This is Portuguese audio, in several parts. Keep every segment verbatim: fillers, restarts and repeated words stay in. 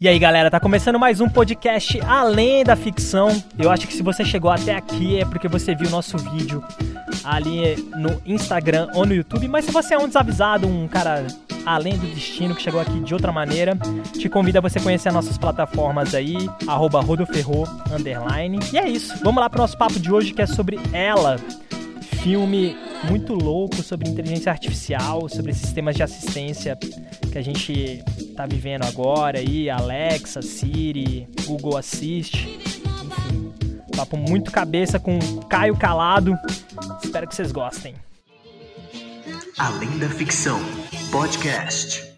E aí, galera, tá começando mais um podcast Além da Ficção. Eu acho que se você chegou até aqui é porque você viu o nosso vídeo ali no Instagram ou no YouTube. Mas se você é um desavisado, um cara além do destino que chegou aqui de outra maneira, te convido a você conhecer as nossas plataformas aí, arroba rodoferro, underline. E é isso, vamos lá pro nosso papo de hoje, que é sobre Ela. Filme muito louco sobre inteligência artificial, sobre sistemas de assistência que a gente tá vivendo agora aí, Alexa, Siri, Google Assist, enfim, papo muito cabeça com Caio Calado. Espero que vocês gostem. Além da Ficção, podcast.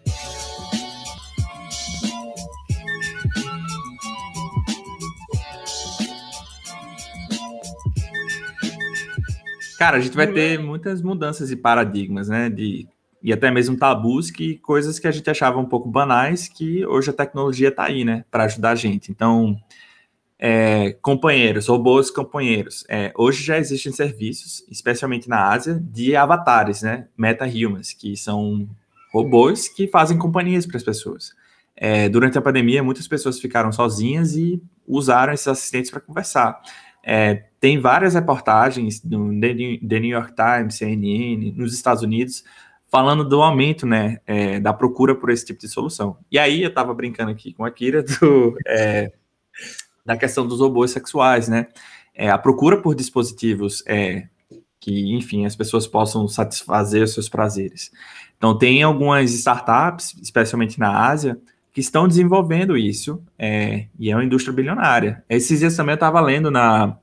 Cara, a gente vai ter muitas mudanças de paradigmas, né? De, e até mesmo tabus, que coisas que a gente achava um pouco banais, que hoje a tecnologia está aí, né? Para ajudar a gente. Então, é, companheiros, robôs companheiros. É, hoje já existem serviços, especialmente na Ásia, de avatares, né? Meta-humans, que são robôs que fazem companhias para as pessoas. É, durante a pandemia, muitas pessoas ficaram sozinhas e usaram esses assistentes para conversar. É, tem várias reportagens no The New York Times, C N N, nos Estados Unidos, falando do aumento, né, é, da procura por esse tipo de solução. E aí eu estava brincando aqui com a Kira do, é, da questão dos robôs sexuais, né? É, a procura por dispositivos é, que, enfim, as pessoas possam satisfazer os seus prazeres. Então, tem algumas startups, especialmente na Ásia, que estão desenvolvendo isso, é, e é uma indústria bilionária. Esses dias também eu estava lendo na...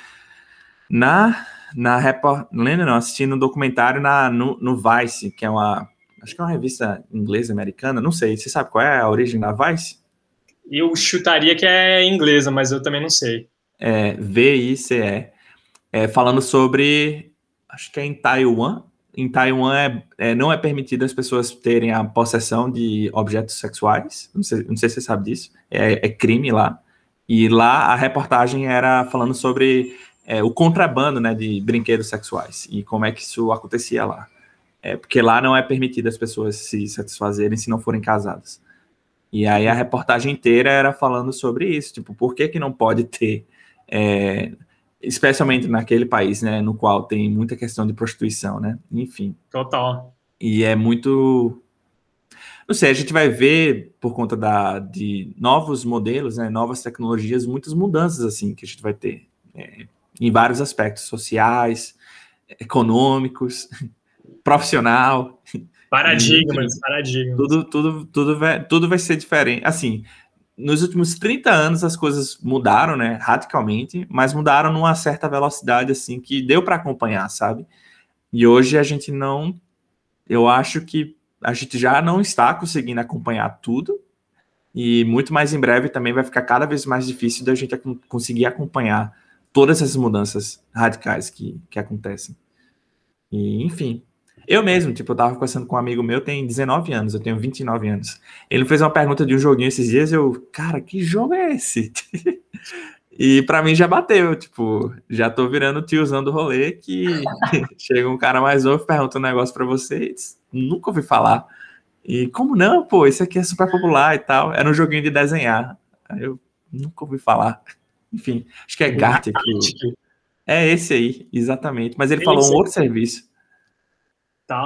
na, na lendo não, assistindo um documentário na, no, no Vice, que é uma, acho que é uma revista inglesa, americana, não sei, você sabe qual é a origem da Vice? Eu chutaria que é inglesa, mas eu também não sei. É, V I C E, é, falando sobre, acho que é em Taiwan. Em Taiwan é, é, não é permitido as pessoas terem a possessão de objetos sexuais. Não sei, não sei se você sabe disso. É, é crime lá. E lá a reportagem era falando sobre é, o contrabando, né, de brinquedos sexuais e como é que isso acontecia lá. É, porque lá não é permitido as pessoas se satisfazerem se não forem casadas. E aí a reportagem inteira era falando sobre isso. Tipo, por que que não pode ter... É, especialmente naquele país, né, no qual tem muita questão de prostituição, né, enfim. Total. E é muito... Não sei, a gente vai ver, por conta da, de novos modelos, né, novas tecnologias, muitas mudanças, assim, que a gente vai ter, é, em vários aspectos, sociais, econômicos, profissional. Paradigmas, paradigmas. Tudo, tudo, tudo, vai, tudo vai ser diferente, assim... Nos últimos trinta anos as coisas mudaram, né, radicalmente, mas mudaram numa certa velocidade, assim, que deu para acompanhar, sabe? E hoje a gente não... Eu acho que a gente já não está conseguindo acompanhar tudo, e muito mais em breve também vai ficar cada vez mais difícil da gente conseguir acompanhar todas essas mudanças radicais que, que acontecem. E, enfim... Eu mesmo, tipo, eu tava conversando com um amigo meu, tem dezenove anos, eu tenho vinte e nove anos. Ele fez uma pergunta de um joguinho esses dias, eu, cara, que jogo é esse? E pra mim já bateu, tipo, já tô virando tiozão do rolê, que chega um cara mais novo, pergunta um negócio pra vocês, nunca ouvi falar. E como não, pô, esse aqui é super popular e tal. Era um joguinho de desenhar. Aí eu nunca ouvi falar. Enfim, acho que é Gartic. É esse aí, exatamente. Mas ele é falou um outro serviço. Tá,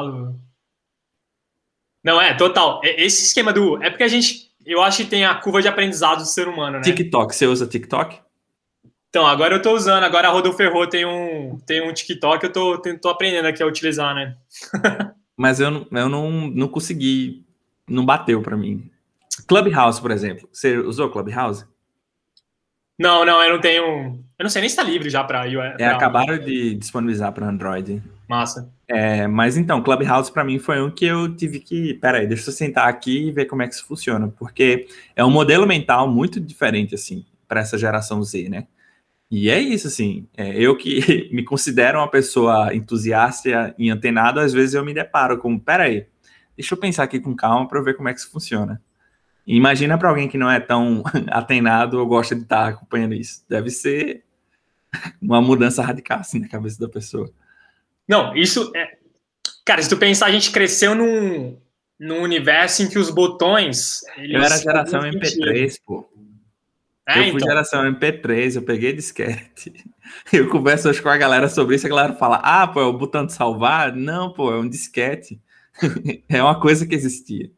não, é, total. Esse esquema do... É porque a gente... Eu acho que tem a curva de aprendizado do ser humano, né? TikTok, você usa TikTok? Então, agora eu tô usando. Agora a Rodoferro tem um, tem um TikTok, eu tô, tô aprendendo aqui a utilizar, né? Mas eu, eu não, não consegui... Não bateu pra mim. Clubhouse, por exemplo. Você usou Clubhouse? Não, não, eu não tenho... Eu não sei nem se tá livre já pra... É, pra... acabaram de disponibilizar para Android. Massa. É, mas então, Clubhouse para mim foi um que eu tive que... Peraí, deixa eu sentar aqui e ver como é que isso funciona. Porque é um modelo mental muito diferente, assim, para essa geração Z, né? E é isso, assim. É, eu que me considero uma pessoa entusiasta e antenado, às vezes eu me deparo com... Peraí, deixa eu pensar aqui com calma para ver como é que isso funciona. E imagina para alguém que não é tão atenado ou gosta de estar acompanhando isso. Deve ser uma mudança radical, assim, na cabeça da pessoa. Não, isso é... Cara, se tu pensar, a gente cresceu num, num universo em que os botões... Eles Eu era geração fazem M P sentido. três, pô. É, eu fui então. geração M P três, eu peguei disquete. Eu converso hoje com a galera sobre isso, a galera fala, ah, pô, é o botão de salvar? Não, pô, é um disquete. É uma coisa que existia.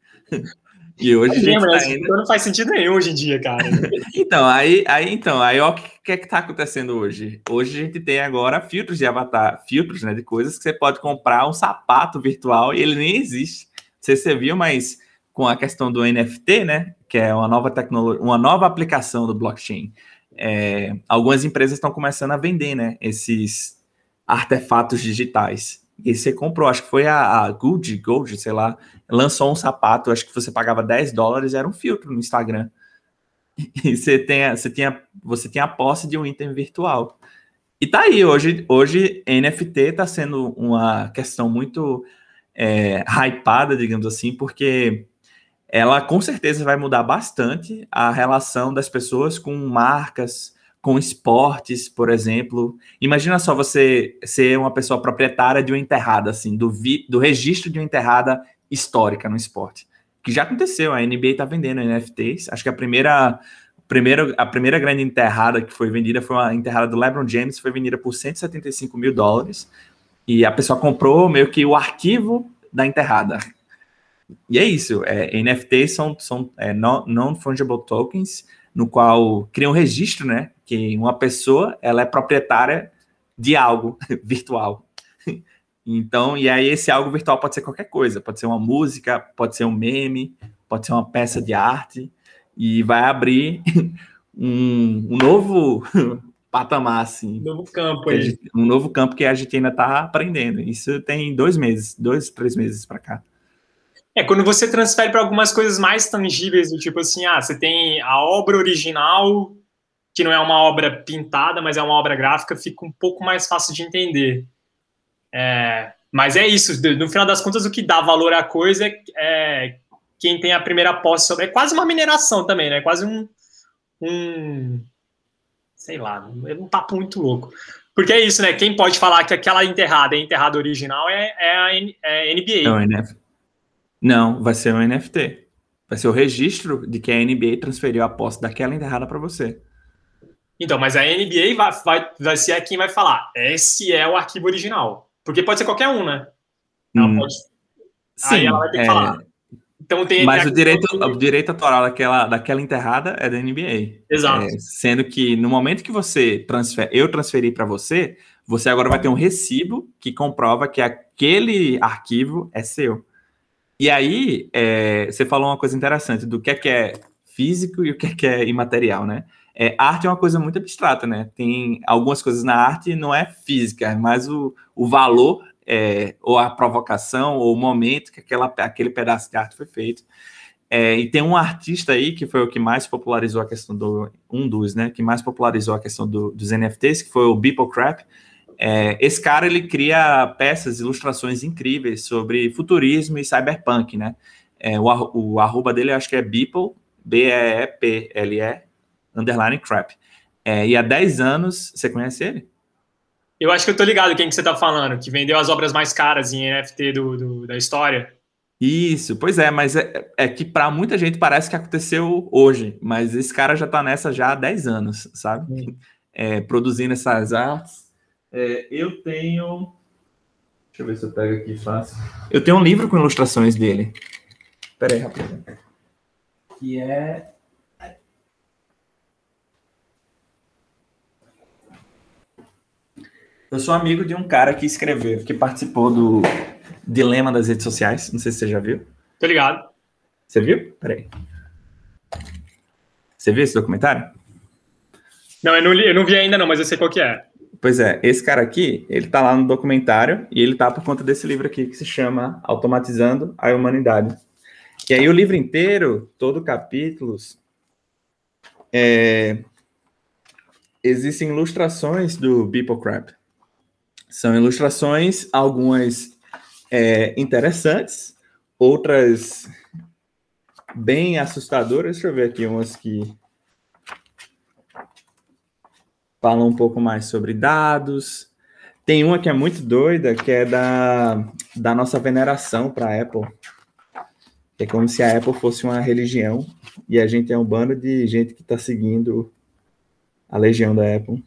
E hoje a Eu gente lembro, né? tá Esse ainda... botão não faz sentido nenhum hoje em dia, cara. Então, aí, aí, então, aí, ó, o que é que tá acontecendo hoje? Hoje a gente tem agora filtros de avatar, filtros, né, de coisas que você pode comprar um sapato virtual e ele nem existe. Não sei se você viu, mas com a questão do N F T, né, que é uma nova tecnologia, uma nova aplicação do blockchain, é, algumas empresas estão começando a vender, né, esses artefatos digitais. E você comprou, acho que foi a, a Gold, Gold, sei lá, lançou um sapato, acho que você pagava dez dólares, era um filtro no Instagram. E você tem, a, você, tem a, você tem a posse de um item virtual. E tá aí, hoje, hoje N F T está sendo uma questão muito é, hypada, digamos assim, porque ela com certeza vai mudar bastante a relação das pessoas com marcas, com esportes, por exemplo. Imagina só você ser uma pessoa proprietária de uma enterrada, assim, do, vi, do registro de uma enterrada histórica no esporte. Que já aconteceu, a N B A está vendendo N F Ts. Acho que a primeira, primeira, a primeira grande enterrada que foi vendida foi uma enterrada do LeBron James, foi vendida por cento e setenta e cinco mil dólares. E a pessoa comprou meio que o arquivo da enterrada. E é isso, é, N F Ts são, são é, non-fungible tokens, no qual cria um registro, né? Que uma pessoa ela é proprietária de algo virtual. Então, e aí esse algo virtual pode ser qualquer coisa, pode ser uma música, pode ser um meme, pode ser uma peça de arte, e vai abrir um, um novo patamar, assim. Novo campo aí. Gente, um novo campo que a gente ainda está aprendendo. Isso tem dois meses, dois, três meses para cá. É, quando você transfere para algumas coisas mais tangíveis, do tipo assim, ah, você tem a obra original, que não é uma obra pintada, mas é uma obra gráfica, fica um pouco mais fácil de entender. É, mas é isso, no final das contas, o que dá valor à coisa é, é quem tem a primeira posse sobre. É quase uma mineração também, né? Quase um, um sei lá, é um papo muito louco. Porque é isso, né? Quem pode falar que aquela enterrada é enterrada original é, é a N, é N B A. Não, N F T. Não, vai ser um N F T. Vai ser o registro de que a N B A transferiu a posse daquela enterrada para você. Então, mas a N B A vai, vai, vai ser quem vai falar. Esse é o arquivo original. Porque pode ser qualquer um, né? Ela hum, pode... Sim. Aí ela vai ter que é... falar. Então, tem, mas tem o direito, o direito autoral daquela, daquela enterrada é da N B A. Exato. É, sendo que no momento que você transfere, eu transferi para você, você agora vai ter um recibo que comprova que aquele arquivo é seu. E aí, é, você falou uma coisa interessante do que é que é físico e o que é que é imaterial, né? É, arte é uma coisa muito abstrata, né? Tem algumas coisas na arte não é física, mas o, o valor, é, ou a provocação, ou o momento que aquela, aquele pedaço de arte foi feito. É, e tem um artista aí que foi o que mais popularizou a questão do... Um dos, né? Que mais popularizou a questão do, dos N F Ts, que foi o Beeple Crap. É, esse cara, ele cria peças, ilustrações incríveis sobre futurismo e cyberpunk, né? É, o, o arroba dele, eu acho que é Beeple, B E E P L E, underline crap. É, e há dez anos, você conhece ele? Eu acho que eu tô ligado quem que você tá falando, que vendeu as obras mais caras em N F T do, do, da história. Isso, pois é, mas é, é que para muita gente parece que aconteceu hoje, mas esse cara já tá nessa já há dez anos, sabe? Hum. É, produzindo essas artes. É, eu tenho... Deixa eu ver se eu pego aqui fácil. Eu tenho um livro com ilustrações dele. Espera aí, rapidinho. Que é... Eu sou amigo de um cara que escreveu, que participou do Dilema das Redes Sociais. Não sei se você já viu. Tô ligado. Você viu? Peraí. Você viu esse documentário? Não, eu não, li, eu não vi ainda não, mas eu sei qual que é. Pois é, esse cara aqui, ele tá lá no documentário e ele tá por conta desse livro aqui que se chama Automatizando a Humanidade. E aí o livro inteiro, todo capítulos, é... existem ilustrações do Beeple Crap. São ilustrações, algumas é, interessantes, outras bem assustadoras. Deixa eu ver aqui umas que falam um pouco mais sobre dados. Tem uma que é muito doida, que é da, da nossa veneração para a Apple. É como se a Apple fosse uma religião e a gente é um bando de gente que está seguindo a legião da Apple.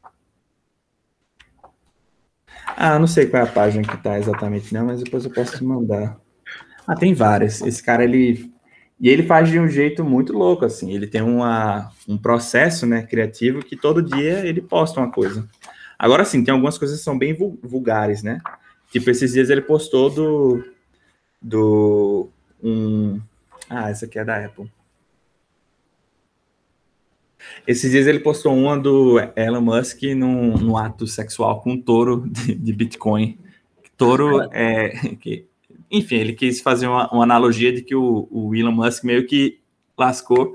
Ah, não sei qual é a página que tá exatamente não, mas depois eu posso te mandar. Ah, tem várias. Esse cara, ele... E ele faz de um jeito muito louco, assim. Ele tem uma, um processo, né, criativo que todo dia ele posta uma coisa. Agora, sim, tem algumas coisas que são bem vulgares, né? Tipo, esses dias ele postou do... do um... Ah, essa aqui é da Apple. Esses dias ele postou uma do Elon Musk num, num ato sexual com um touro de, de Bitcoin. Touro é... Que, enfim, ele quis fazer uma, uma analogia de que o, o Elon Musk meio que lascou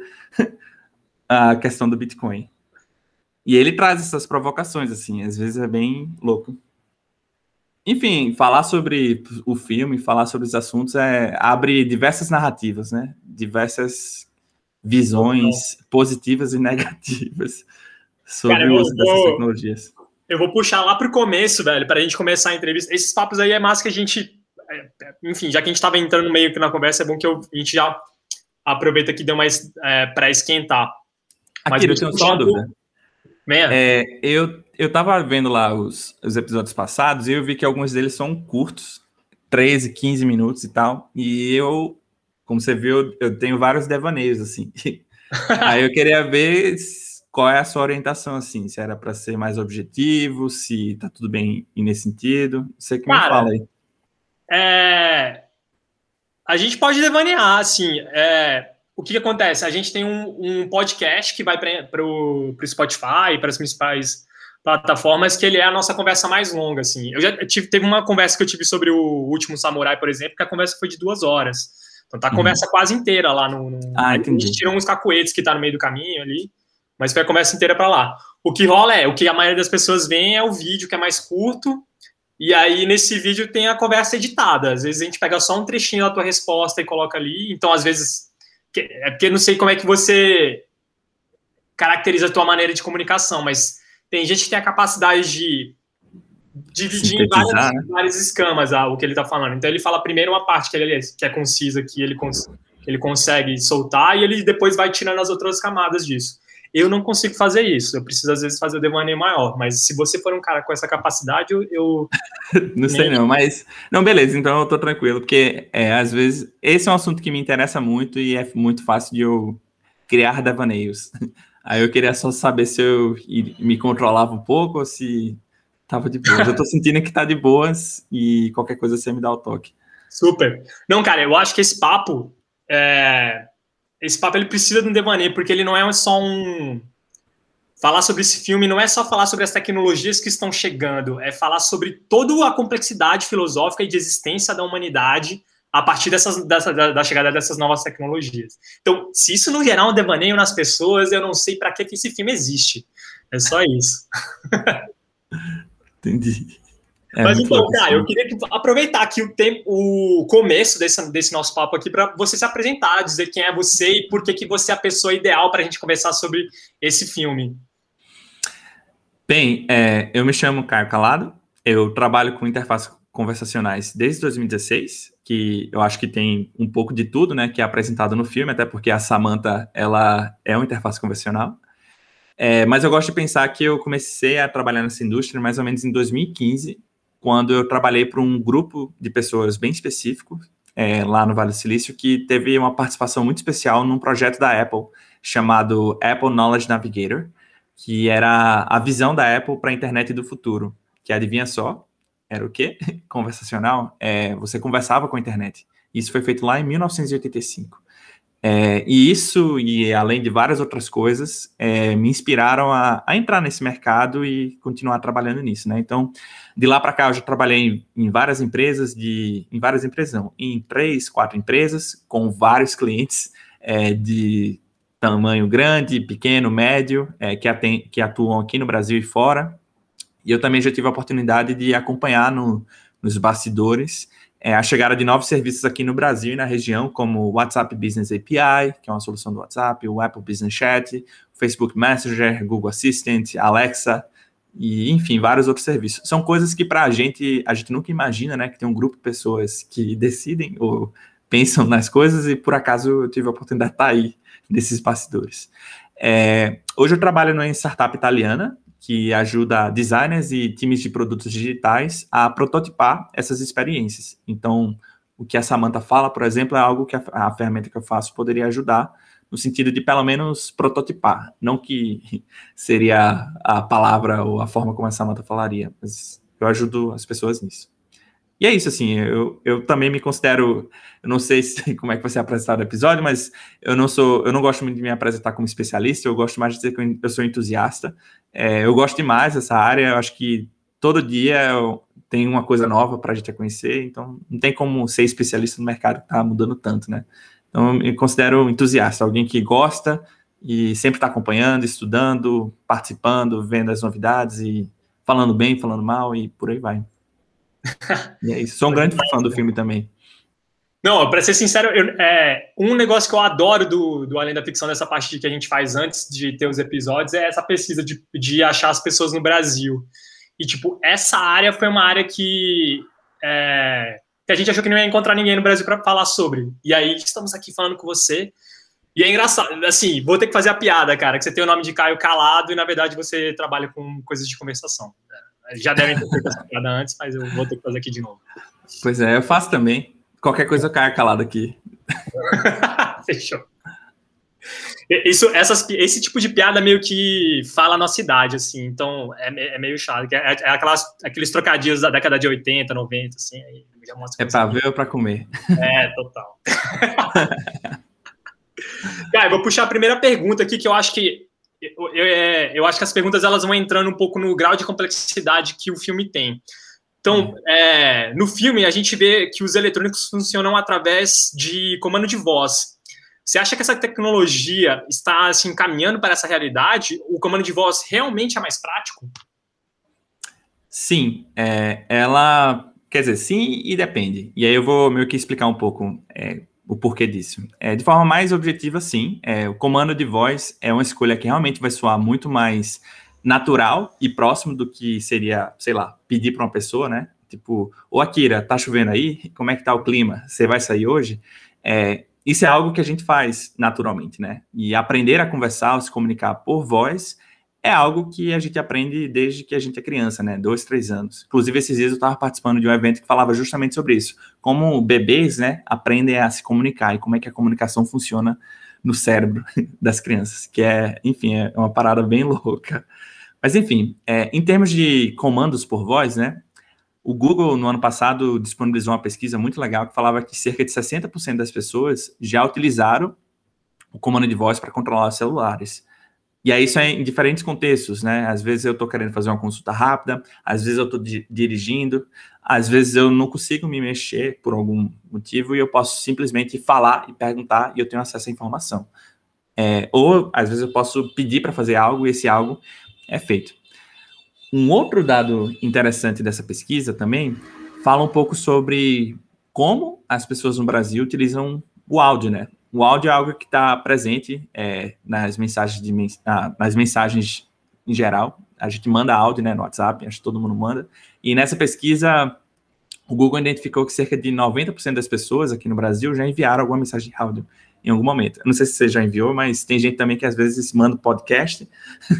a questão do Bitcoin. E ele traz essas provocações, assim, às vezes é bem louco. Enfim, falar sobre o filme, falar sobre os assuntos, é, abre diversas narrativas, né? Diversas visões positivas e negativas sobre Cara, o uso vou, dessas tecnologias. Eu vou puxar lá para o começo, velho, para a gente começar a entrevista. Esses papos aí é massa que a gente... Enfim, já que a gente estava entrando meio que na conversa, é bom que eu, a gente já aproveita que deu mais é, para esquentar. Mas Aqui, eu tenho só uma dúvida. É, eu, eu tava vendo lá os, os episódios passados e eu vi que alguns deles são curtos, treze, quinze minutos e tal, e eu, como você viu, eu tenho vários devaneios, assim. Aí eu queria ver qual é a sua orientação, assim, se era para ser mais objetivo, se tá tudo bem nesse sentido. Você que Cara, me fala aí. É... A gente pode devanear, assim, é... o que, que acontece? A gente tem um, um podcast que vai para o Spotify, para as principais plataformas, que ele é a nossa conversa mais longa, assim. Eu já tive, teve uma conversa que eu tive sobre o Último Samurai, por exemplo, que a conversa foi de duas horas. Então tá a conversa uhum. quase inteira lá no... no... Ah, entendi. A gente tira uns cacuetes que tá no meio do caminho ali, mas foi a conversa inteira para lá. O que rola é, o que a maioria das pessoas vê é o vídeo, que é mais curto, e aí, nesse vídeo, tem a conversa editada. Às vezes, a gente pega só um trechinho da tua resposta e coloca ali. Então, às vezes... É porque eu não sei como é que você caracteriza a tua maneira de comunicação, mas tem gente que tem a capacidade de dividir em várias, né? várias escamas ah, o que ele está falando. Então, ele fala primeiro uma parte que, ele, que é concisa, que ele, cons ele consegue soltar, e ele depois vai tirando as outras camadas disso. Eu não consigo fazer isso, eu preciso às vezes fazer o devaneio maior, mas se você for um cara com essa capacidade, eu... eu... não sei não, mas... Não, beleza, então eu tô tranquilo, porque é, às vezes esse é um assunto que me interessa muito e é muito fácil de eu criar devaneios. Aí eu queria só saber se eu me controlava um pouco ou se tava de boas. Eu tô sentindo que tá de boas e qualquer coisa você me dá o toque. Super. Não, cara, eu acho que esse papo... É... Esse papo ele precisa de um devaneio, porque ele não é só um... Falar sobre esse filme não é só falar sobre as tecnologias que estão chegando, é falar sobre toda a complexidade filosófica e de existência da humanidade a partir dessas, dessa, da, da chegada dessas novas tecnologias. Então, se isso não gerar um devaneio nas pessoas, eu não sei para que esse filme existe. É só isso. Entendi. É Mas então, cara, eu queria aproveitar aqui o, tempo, o começo desse, desse nosso papo aqui para você se apresentar, dizer quem é você e por que, que você é a pessoa ideal para a gente conversar sobre esse filme. Bem, é, eu me chamo Caio Calado, eu trabalho com interfaces conversacionais desde dois mil e dezesseis, que eu acho que tem um pouco de tudo, né, que é apresentado no filme, até porque a Samantha, ela é uma interface convencional. É, mas eu gosto de pensar que eu comecei a trabalhar nessa indústria mais ou menos em dois mil e quinze, quando eu trabalhei para um grupo de pessoas bem específico, é, lá no Vale do Silício, que teve uma participação muito especial num projeto da Apple, chamado Apple Knowledge Navigator, que era a visão da Apple para a internet do futuro, que adivinha só, era o quê? Conversacional? É, você conversava com a internet. Isso foi feito lá em mil novecentos e oitenta e cinco. É, e isso, e além de várias outras coisas, é, me inspiraram a, a entrar nesse mercado e continuar trabalhando nisso, né? Então, de lá para cá, eu já trabalhei em, em várias empresas, de, em várias empresas, não, em três, quatro empresas, com vários clientes é, de tamanho grande, pequeno, médio, é, que, atem, que atuam aqui no Brasil e fora. E eu também já tive a oportunidade de acompanhar no, nos bastidores É, a chegada de novos serviços aqui no Brasil e na região, como o WhatsApp Business A P I, que é uma solução do WhatsApp, o Apple Business Chat, o Facebook Messenger, Google Assistant, Alexa, e, enfim, vários outros serviços. São coisas que, para a gente, a gente nunca imagina, né, que tem um grupo de pessoas que decidem ou pensam nas coisas, e por acaso eu tive a oportunidade de estar aí, nesses bastidores. É, hoje eu trabalho numa startup italiana, que ajuda designers e times de produtos digitais a prototipar essas experiências. Então, o que a Samantha fala, por exemplo, é algo que a, a ferramenta que eu faço poderia ajudar, no sentido de, pelo menos, prototipar. Não que seria a palavra ou a forma como a Samantha falaria, mas eu ajudo as pessoas nisso. E é isso, assim, eu, eu também me considero, eu não sei se, como é que vai ser apresentado o episódio, mas eu não sou, eu não gosto muito de me apresentar como especialista, eu gosto mais de dizer que eu, eu sou entusiasta. É, eu gosto demais dessa área, eu acho que todo dia eu, tem uma coisa nova para a gente conhecer, então não tem como ser especialista no mercado que está mudando tanto, né? Então eu me considero entusiasta, alguém que gosta e sempre está acompanhando, estudando, participando, vendo as novidades e falando bem, falando mal e por aí vai. E é isso. Sou um grande fã do filme também. Não, para ser sincero, eu, é, um negócio que eu adoro do, do Além da Ficção, dessa parte que a gente faz antes de ter os episódios, é essa pesquisa de, de achar as pessoas no Brasil. E, tipo, essa área foi uma área que, é, que a gente achou que não ia encontrar ninguém no Brasil para falar sobre. E aí, estamos aqui falando com você. E é engraçado, assim, vou ter que fazer a piada, cara, que você tem o nome de Caio Calado e, na verdade, você trabalha com coisas de conversação. Já devem ter feito essa piada antes, mas eu vou ter que fazer aqui de novo. Pois é, eu faço também. Qualquer coisa eu caio calado aqui. Fechou. Isso, essas, esse tipo de piada meio que fala a nossa idade, assim, então é, é meio chato. É, é aquelas, aqueles trocadilhos da década de oitenta, noventa, assim. Aí já mostra é pra ver ou pra comer? É, total. Cara, eu vou puxar a primeira pergunta aqui, que eu acho que Eu, eu, eu acho que as perguntas elas vão entrando um pouco no grau de complexidade que o filme tem. Então, é, no filme, a gente vê que os eletrônicos funcionam através de comando de voz. Você acha que essa tecnologia está se encaminhando para essa realidade? O comando de voz realmente é mais prático? Sim, é, ela... Quer dizer, sim e depende. E aí eu vou meio que explicar um pouco... É, o porquê disso. É, de forma mais objetiva, sim. É, o comando de voz é uma escolha que realmente vai soar muito mais natural e próximo do que seria, sei lá, pedir para uma pessoa, né? Tipo, ô Akira, tá chovendo aí? Como é que tá o clima? Você vai sair hoje? É, isso é algo que a gente faz naturalmente, né? E aprender a conversar, ou se comunicar por voz, é algo que a gente aprende desde que a gente é criança, né? Dois, três anos. Inclusive, esses dias eu estava participando de um evento que falava justamente sobre isso. Como bebês, né, aprendem a se comunicar e como é que a comunicação funciona no cérebro das crianças. Que é, enfim, é uma parada bem louca. Mas, enfim, é, em termos de comandos por voz, né? O Google, no ano passado, disponibilizou uma pesquisa muito legal que falava que cerca de sessenta por cento das pessoas já utilizaram o comando de voz para controlar os celulares. E aí isso é em diferentes contextos, né? Às vezes eu estou querendo fazer uma consulta rápida, às vezes eu estou di- dirigindo, às vezes eu não consigo me mexer por algum motivo e eu posso simplesmente falar e perguntar e eu tenho acesso à informação. É, ou, às vezes, eu posso pedir para fazer algo e esse algo é feito. Um outro dado interessante dessa pesquisa também fala um pouco sobre como as pessoas no Brasil utilizam o áudio, né? O áudio é algo que está presente é, nas, mensagens de, ah, nas mensagens em geral. A gente manda áudio, né, no WhatsApp, acho que todo mundo manda. E nessa pesquisa, o Google identificou que cerca de noventa por cento das pessoas aqui no Brasil já enviaram alguma mensagem de áudio em algum momento. Eu não sei se você já enviou, mas tem gente também que às vezes manda podcast.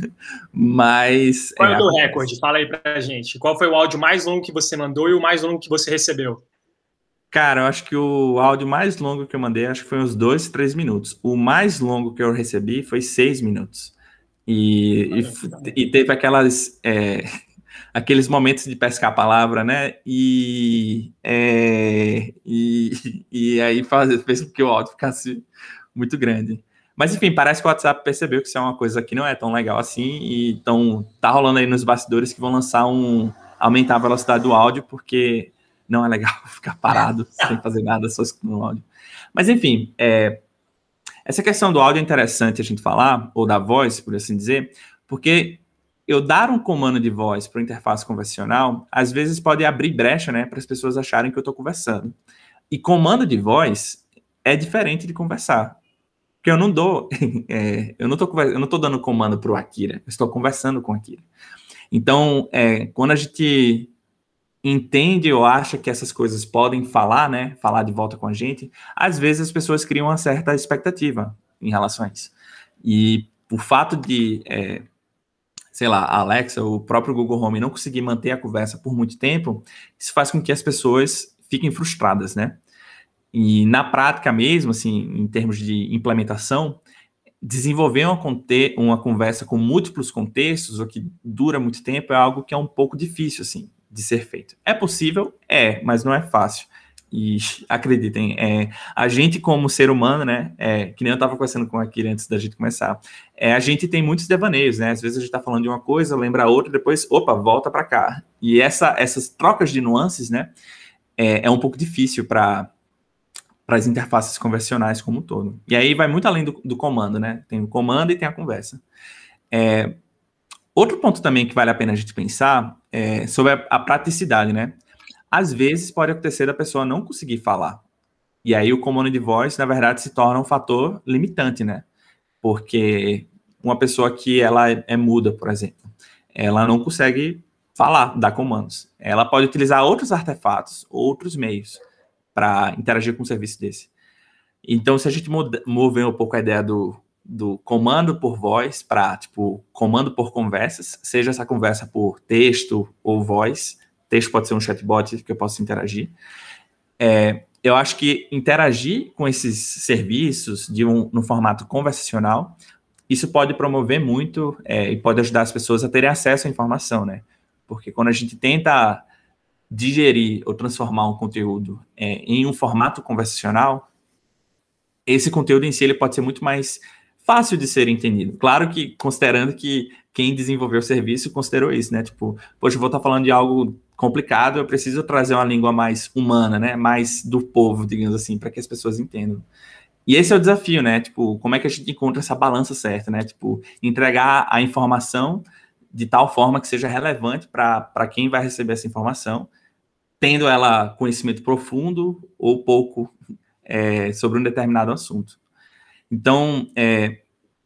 Mas... Qual é, é o teu recorde? Fala aí pra gente. Qual foi o áudio mais longo que você mandou e o mais longo que você recebeu? Cara, eu acho que o áudio mais longo que eu mandei, acho que foi uns dois, três minutos. O mais longo que eu recebi foi seis minutos. E, e, e teve aquelas, é, aqueles momentos de pescar a palavra, né? E, é, e, e aí faz, fez com que o áudio ficasse muito grande. Mas, enfim, parece que o WhatsApp percebeu que isso é uma coisa que não é tão legal assim. E então tá rolando aí nos bastidores que vão lançar um... aumentar a velocidade do áudio, porque... não é legal ficar parado sem fazer nada, só escutando o áudio. Mas, enfim, é, essa questão do áudio é interessante a gente falar, ou da voz, por assim dizer, porque eu dar um comando de voz para a interface convencional, às vezes pode abrir brecha, né, para as pessoas acharem que eu estou conversando. E comando de voz é diferente de conversar. Porque eu não dou, é, eu não estou eu não estou dando comando para o Akira, eu estou conversando com o Akira. Então, é, quando a gente... entende ou acha que essas coisas podem falar, né, falar de volta com a gente, às vezes as pessoas criam uma certa expectativa em relação a isso. E o fato de, é, sei lá, a Alexa, o próprio Google Home não conseguir manter a conversa por muito tempo, isso faz com que as pessoas fiquem frustradas, né? E na prática mesmo, assim, em termos de implementação, desenvolver uma, conte- uma conversa com múltiplos contextos, ou que dura muito tempo, é algo que é um pouco difícil, assim, de ser feito. É possível? É, mas não é fácil. E acreditem, é, a gente como ser humano, né, é, que nem eu estava conversando com aquele antes da gente começar, é, a gente tem muitos devaneios, né, às vezes a gente está falando de uma coisa, lembra outra, depois, opa, volta para cá. E essa, essas trocas de nuances, né, é, é um pouco difícil para para as interfaces convencionais como um todo. E aí vai muito além do, do comando, né? Tem o comando e tem a conversa. É, outro ponto também que vale a pena a gente pensar é sobre a, a praticidade, né? Às vezes pode acontecer da pessoa não conseguir falar. E aí o comando de voz, na verdade, se torna um fator limitante, né? Porque uma pessoa que ela é, é muda, por exemplo, ela não consegue falar, dar comandos. Ela pode utilizar outros artefatos, outros meios, para interagir com um serviço desse. Então, se a gente mover um pouco a ideia do, do comando por voz para, tipo, comando por conversas, seja essa conversa por texto ou voz, texto pode ser um chatbot que eu possa interagir, é, eu acho que interagir com esses serviços de um, no formato conversacional, isso pode promover muito é, e pode ajudar as pessoas a terem acesso à informação, né? Porque quando a gente tenta digerir ou transformar um conteúdo é, em um formato conversacional, esse conteúdo em si ele pode ser muito mais fácil de ser entendido. Claro que, considerando que quem desenvolveu o serviço considerou isso, né? Tipo, poxa, eu vou estar falando de algo complicado, eu preciso trazer uma língua mais humana, né? Mais do povo, digamos assim, para que as pessoas entendam. E esse é o desafio, né? Tipo, como é que a gente encontra essa balança certa, né? Tipo, entregar a informação de tal forma que seja relevante para quem vai receber essa informação, tendo ela conhecimento profundo ou pouco é, sobre um determinado assunto. Então, é,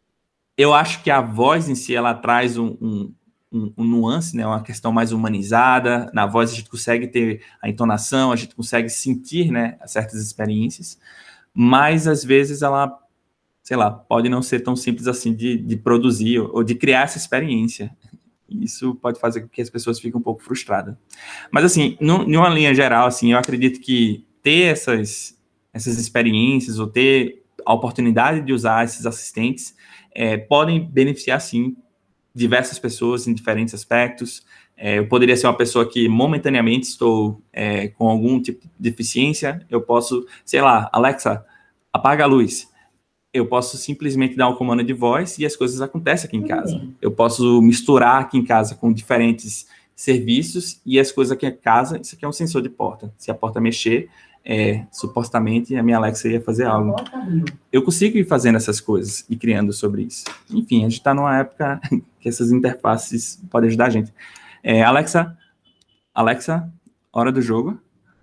eu acho que a voz em si, ela traz um, um, um, um nuance, né, uma questão mais humanizada. Na voz a gente consegue ter a entonação, a gente consegue sentir, né, certas experiências, mas às vezes ela, sei lá, pode não ser tão simples assim de, de produzir ou de criar essa experiência. Isso pode fazer com que as pessoas fiquem um pouco frustradas. Mas, assim, em uma linha geral, assim, eu acredito que ter essas, essas experiências ou ter a oportunidade de usar esses assistentes é, podem beneficiar, sim, diversas pessoas em diferentes aspectos. É, eu poderia ser uma pessoa que momentaneamente estou é, com algum tipo de deficiência, eu posso, sei lá, Alexa, apaga a luz. Eu posso simplesmente dar um comando de voz e as coisas acontecem aqui em casa. Uhum. Eu posso misturar aqui em casa com diferentes serviços e as coisas aqui em casa, isso aqui é um sensor de porta. Se a porta mexer, é, supostamente a minha Alexa ia fazer algo. Eu consigo ir fazendo essas coisas e criando sobre isso. Enfim, a gente está numa época que essas interfaces podem ajudar a gente. É, Alexa, Alexa, hora do jogo.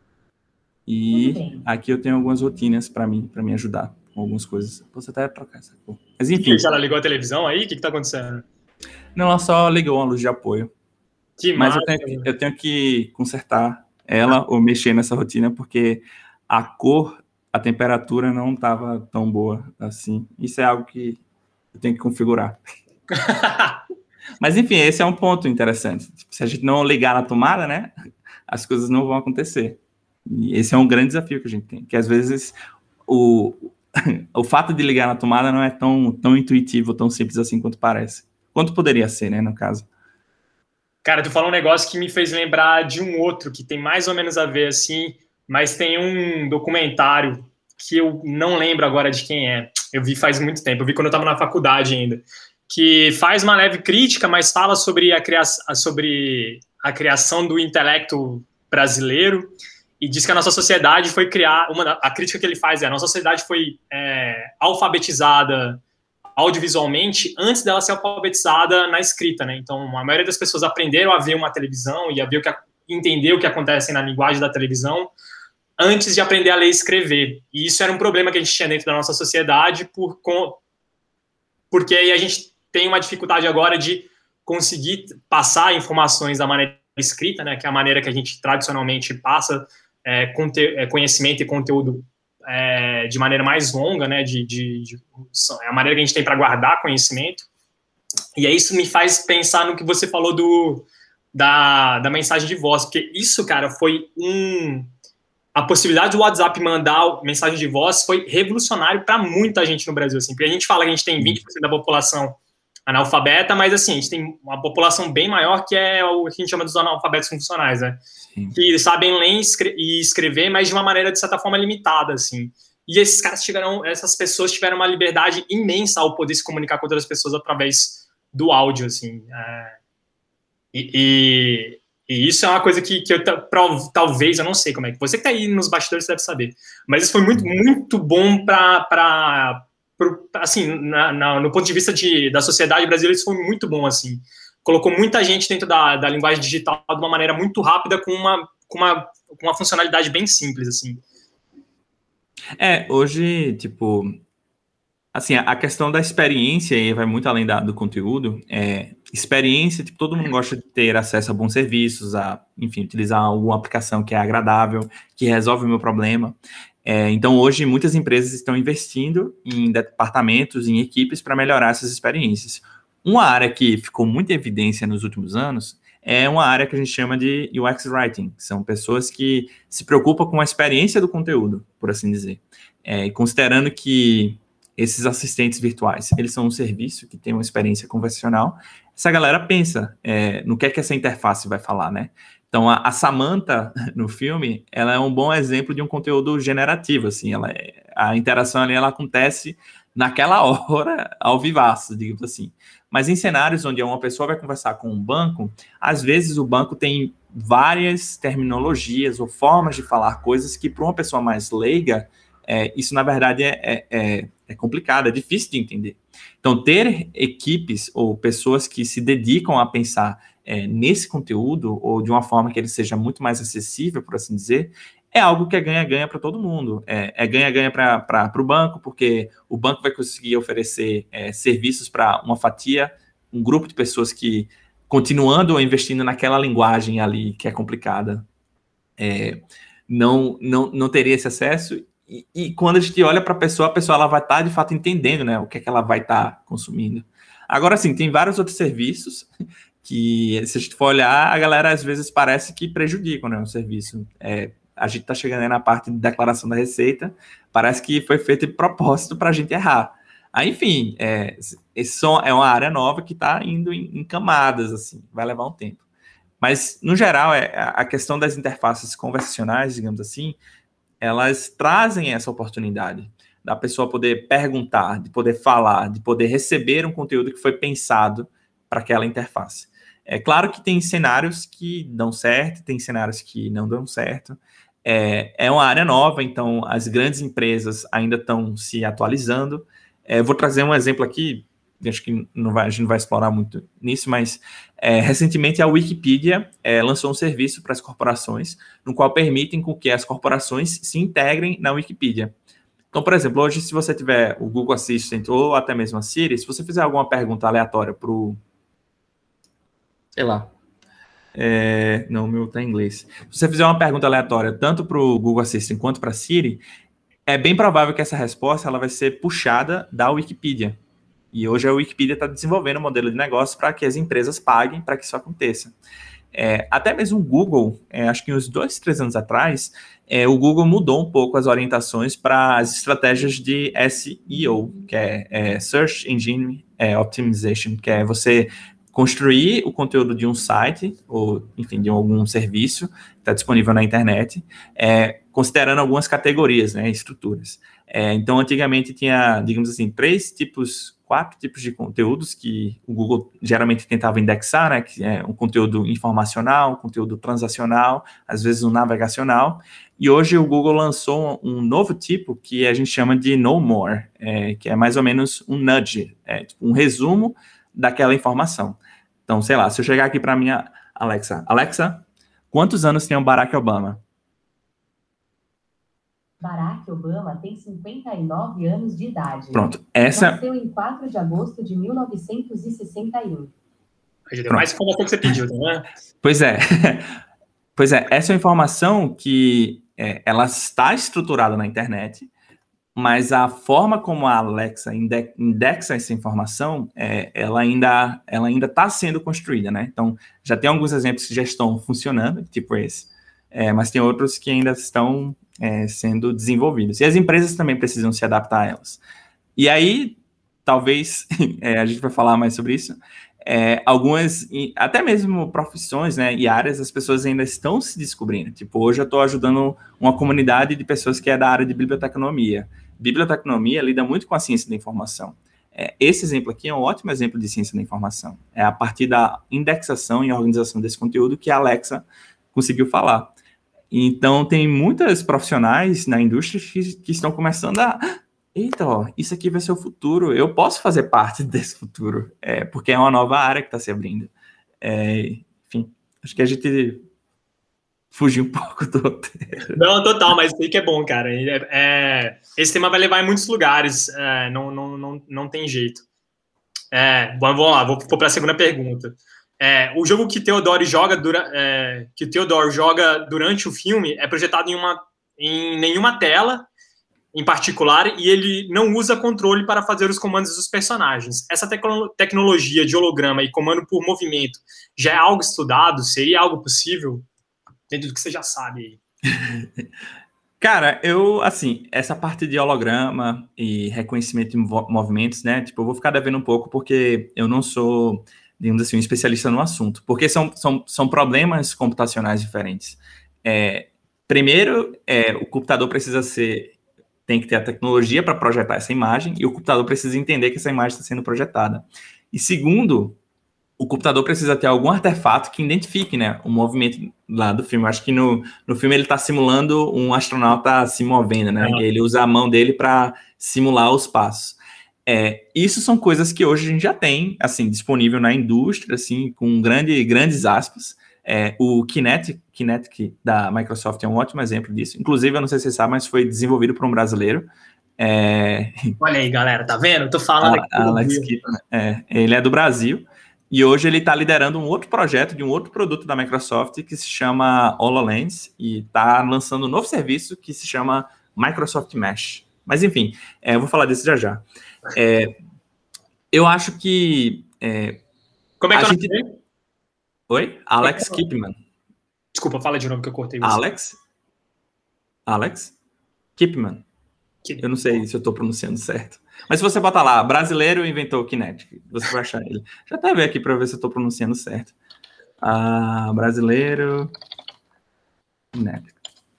E aqui eu tenho algumas rotinas para mim, para me ajudar. Algumas coisas. Posso até trocar essa cor. Mas enfim. E ela ligou a televisão aí? O que, que tá acontecendo? Não, ela só ligou uma luz de apoio. Que Mas massa, eu tenho, que, eu tenho que consertar ela ou mexer nessa rotina, porque a cor, a temperatura não estava tão boa assim. Isso é algo que eu tenho que configurar. Mas enfim, esse é um ponto interessante. Se a gente não ligar na tomada, né, as coisas não vão acontecer. E esse é um grande desafio que a gente tem. Que às vezes o... o fato de ligar na tomada não é tão, tão intuitivo, tão simples assim quanto parece. Quanto poderia ser, né, no caso. Cara, tu falou um negócio que me fez lembrar de um outro, que tem mais ou menos a ver, assim, mas tem um documentário que eu não lembro agora de quem é. Eu vi faz muito tempo, eu vi quando eu estava na faculdade ainda, que faz uma leve crítica, mas fala sobre a, cria sobre a criação do intelecto brasileiro, e diz que a nossa sociedade foi criar, uma, a crítica que ele faz é a nossa sociedade foi é, alfabetizada audiovisualmente antes dela ser alfabetizada na escrita, né? Então, a maioria das pessoas aprenderam a ver uma televisão e a ver o que, entender o que acontece na linguagem da televisão antes de aprender a ler e escrever. E isso era um problema que a gente tinha dentro da nossa sociedade, por, com, porque aí a gente tem uma dificuldade agora de conseguir passar informações da maneira escrita, né, que é a maneira que a gente tradicionalmente passa é, conte- é, conhecimento e conteúdo é, de maneira mais longa, né, de, de, de, é a maneira que a gente tem para guardar conhecimento. E aí isso me faz pensar no que você falou do, da, da mensagem de voz, porque isso, cara, foi um... A possibilidade do WhatsApp mandar mensagem de voz foi revolucionário para muita gente no Brasil, assim, porque a gente fala que a gente tem vinte por cento da população analfabeta, mas, assim, a gente tem uma população bem maior que é o que a gente chama dos analfabetos funcionais, né? Sim. Que sabem ler e escrever, mas de uma maneira, de certa forma, limitada, assim. E esses caras tiveram, essas pessoas tiveram uma liberdade imensa ao poder se comunicar com outras pessoas através do áudio, assim. É... E, e, e isso é uma coisa que, que eu, talvez, eu não sei como é que... Você que tá aí nos bastidores deve saber. Mas isso foi muito, muito bom para... assim, na, na, no ponto de vista de, da sociedade brasileira, isso foi muito bom, assim. Colocou muita gente dentro da, da linguagem digital de uma maneira muito rápida, com uma, com uma, com uma funcionalidade bem simples, assim. É, hoje, tipo, assim, a questão da experiência aí vai muito além da, do conteúdo. É, experiência, tipo, todo mundo gosta de ter acesso a bons serviços, a, enfim, utilizar alguma aplicação que é agradável, que resolve o meu problema. É, então, hoje, muitas empresas estão investindo em departamentos, em equipes para melhorar essas experiências. Uma área que ficou muito em evidência nos últimos anos é uma área que a gente chama de U X Writing. São pessoas que se preocupam com a experiência do conteúdo, por assim dizer. É, considerando que esses assistentes virtuais, eles são um serviço que tem uma experiência convencional, essa galera pensa é, no que é que essa interface vai falar, né? Então, a, a Samantha, no filme, ela é um bom exemplo de um conteúdo generativo, assim, ela é, a interação ali, ela acontece naquela hora, ao vivaço, digamos assim. Mas em cenários onde uma pessoa vai conversar com um banco, às vezes o banco tem várias terminologias ou formas de falar coisas que, para uma pessoa mais leiga, é, isso, na verdade, é, é, é complicado, é difícil de entender. Então, ter equipes ou pessoas que se dedicam a pensar é, nesse conteúdo, ou de uma forma que ele seja muito mais acessível, por assim dizer, é algo que é ganha-ganha para todo mundo. É ganha-ganha para o banco, porque o banco vai conseguir oferecer é, serviços para uma fatia, um grupo de pessoas que, continuando investindo naquela linguagem ali que é complicada, é, não, não, não teria esse acesso. E, e quando a gente olha para a pessoa, a pessoa ela vai estar, tá, de fato, entendendo, né, o que é que ela vai estar tá consumindo. Agora, sim, tem vários outros serviços que, se a gente for olhar, a galera, às vezes, parece que prejudicam, né, o serviço. É, a gente está chegando aí na parte de declaração da receita, parece que foi feito de propósito para a gente errar. Aí, enfim, é, esse som é uma área nova que está indo em, em camadas, assim, vai levar um tempo. Mas, no geral, é, a questão das interfaces conversacionais, digamos assim, elas trazem essa oportunidade da pessoa poder perguntar, de poder falar, de poder receber um conteúdo que foi pensado para aquela interface. É claro que tem cenários que dão certo, tem cenários que não dão certo. É, é uma área nova, então as grandes empresas ainda estão se atualizando. É, vou trazer um exemplo aqui, acho que não vai, a gente não vai explorar muito nisso, mas é, recentemente a Wikipedia é, lançou um serviço para as corporações, no qual permitem com que as corporações se integrem na Wikipedia. Então, por exemplo, hoje, se você tiver o Google Assistant ou até mesmo a Siri, se você fizer alguma pergunta aleatória para o... sei lá... É, não, o meu está em inglês. Se você fizer uma pergunta aleatória, tanto para o Google Assistant quanto para a Siri, é bem provável que essa resposta ela vai ser puxada da Wikipedia. E hoje a Wikipedia está desenvolvendo um modelo de negócio para que as empresas paguem para que isso aconteça. É, até mesmo o Google, é, acho que uns dois, três anos atrás, é, o Google mudou um pouco as orientações para as estratégias de S E O, que é, é Search Engine Optimization, que é você construir o conteúdo de um site, ou, enfim, de algum serviço que está disponível na internet, é, considerando algumas categorias, né, estruturas. É, então, antigamente tinha, digamos assim, três tipos, quatro tipos de conteúdos que o Google geralmente tentava indexar, né, que é um conteúdo informacional, um conteúdo transacional, às vezes um navegacional, e hoje o Google lançou um novo tipo que a gente chama de No More, é, que é mais ou menos um nudge, é, tipo um resumo daquela informação. Então, sei lá, se eu chegar aqui para minha Alexa, Alexa, quantos anos tem o Barack Obama? Barack Obama tem cinquenta e nove anos de idade. Pronto, essa... Nasceu em quatro de agosto de mil novecentos e sessenta e um. Já deu mais informação que você pediu, né? Pois é. Pois é, essa é uma informação que é, ela está estruturada na internet, mas a forma como a Alexa inde- indexa essa informação, é, ela ainda ela ainda está sendo construída, né? Então, já tem alguns exemplos que já estão funcionando, tipo esse, é, mas tem outros que ainda estão é, sendo desenvolvidos. E as empresas também precisam se adaptar a elas. E aí, talvez, é, a gente vai falar mais sobre isso, é, algumas, até mesmo profissões, né, e áreas, as pessoas ainda estão se descobrindo. Tipo, hoje eu estou ajudando uma comunidade de pessoas que é da área de biblioteconomia. Biblioteconomia lida muito com a ciência da informação. É, esse exemplo aqui é um ótimo exemplo de ciência da informação. É a partir da indexação e organização desse conteúdo que a Alexa conseguiu falar. Então, tem muitas profissionais na indústria que, que estão começando a... Eita, ó, isso aqui vai ser o futuro. Eu posso fazer parte desse futuro, é, porque é uma nova área que está se abrindo. É, enfim, acho que a gente fugiu um pouco do roteiro. Não, total, mas isso aí que é bom, cara. É, é, esse tema vai levar em muitos lugares, é, não, não, não, não tem jeito. É, vamos lá, vou, vou para a segunda pergunta. É, o jogo que Theodore joga, dura, é, que Theodore joga durante o filme é projetado em, uma, em nenhuma tela em particular, e ele não usa controle para fazer os comandos dos personagens. Essa tecno- tecnologia de holograma e comando por movimento já é algo estudado? Seria algo possível? Dentro do que você já sabe aí. Cara, eu, assim, essa parte de holograma e reconhecimento de movimentos, né, tipo, eu vou ficar devendo um pouco porque eu não sou, digamos assim, um especialista no assunto, porque são, são, são problemas computacionais diferentes. É, primeiro, é, o computador precisa ser... tem que ter a tecnologia para projetar essa imagem, e o computador precisa entender que essa imagem está sendo projetada. E segundo, o computador precisa ter algum artefato que identifique, né, o movimento lá do filme. Eu acho que no, no filme ele está simulando um astronauta se movendo, né, uhum. E ele usa a mão dele para simular os passos. É, isso são coisas que hoje a gente já tem, assim, disponível na indústria, assim, com grande, grandes aspas. É, o Kinetic, Kinetic da Microsoft é um ótimo exemplo disso. Inclusive, eu não sei se você sabe, mas foi desenvolvido por um brasileiro. É... Olha aí, galera, tá vendo? Tô falando a, aqui. Alex Kipman, é, ele é do Brasil. E hoje ele está liderando um outro projeto de um outro produto da Microsoft que se chama HoloLens. E está lançando um novo serviço que se chama Microsoft Mesh. Mas, enfim, é, eu vou falar disso já já. É, eu acho que... É, Como é que a eu gente... Oi? Alex Kipman. Desculpa, fala de novo que eu cortei você. Alex? Alex? Kipman. Que... Eu não sei se eu estou pronunciando certo. Mas se você botar lá, brasileiro inventou o Kinetic, você vai achar ele. Já até ver aqui para ver se eu estou pronunciando certo. Ah, brasileiro... Kinetic.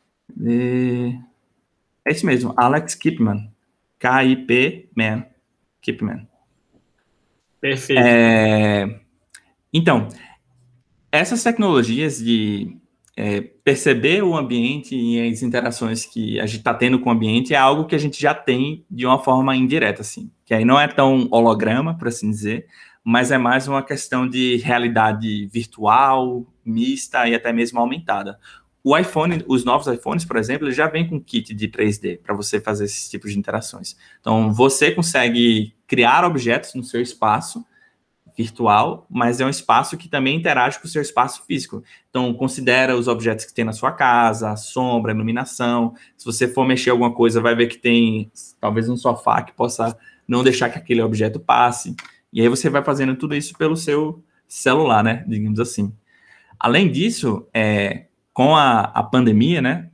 E... É isso mesmo, Alex Kipman. K I P Man. Kipman. Perfeito. É... Então... Essas tecnologias de é, perceber o ambiente e as interações que a gente está tendo com o ambiente é algo que a gente já tem de uma forma indireta, assim. Que aí não é tão holograma, por assim dizer, mas é mais uma questão de realidade virtual, mista e até mesmo aumentada. O iPhone, os novos iPhones, por exemplo, eles já vêm com kit de três D para você fazer esses tipos de interações. Então, você consegue criar objetos no seu espaço virtual, mas é um espaço que também interage com o seu espaço físico. Então, considera os objetos que tem na sua casa, a sombra, a iluminação. Se você for mexer alguma coisa, vai ver que tem talvez um sofá que possa não deixar que aquele objeto passe. E aí você vai fazendo tudo isso pelo seu celular, né? Digamos assim. Além disso, é, com a, a pandemia, né?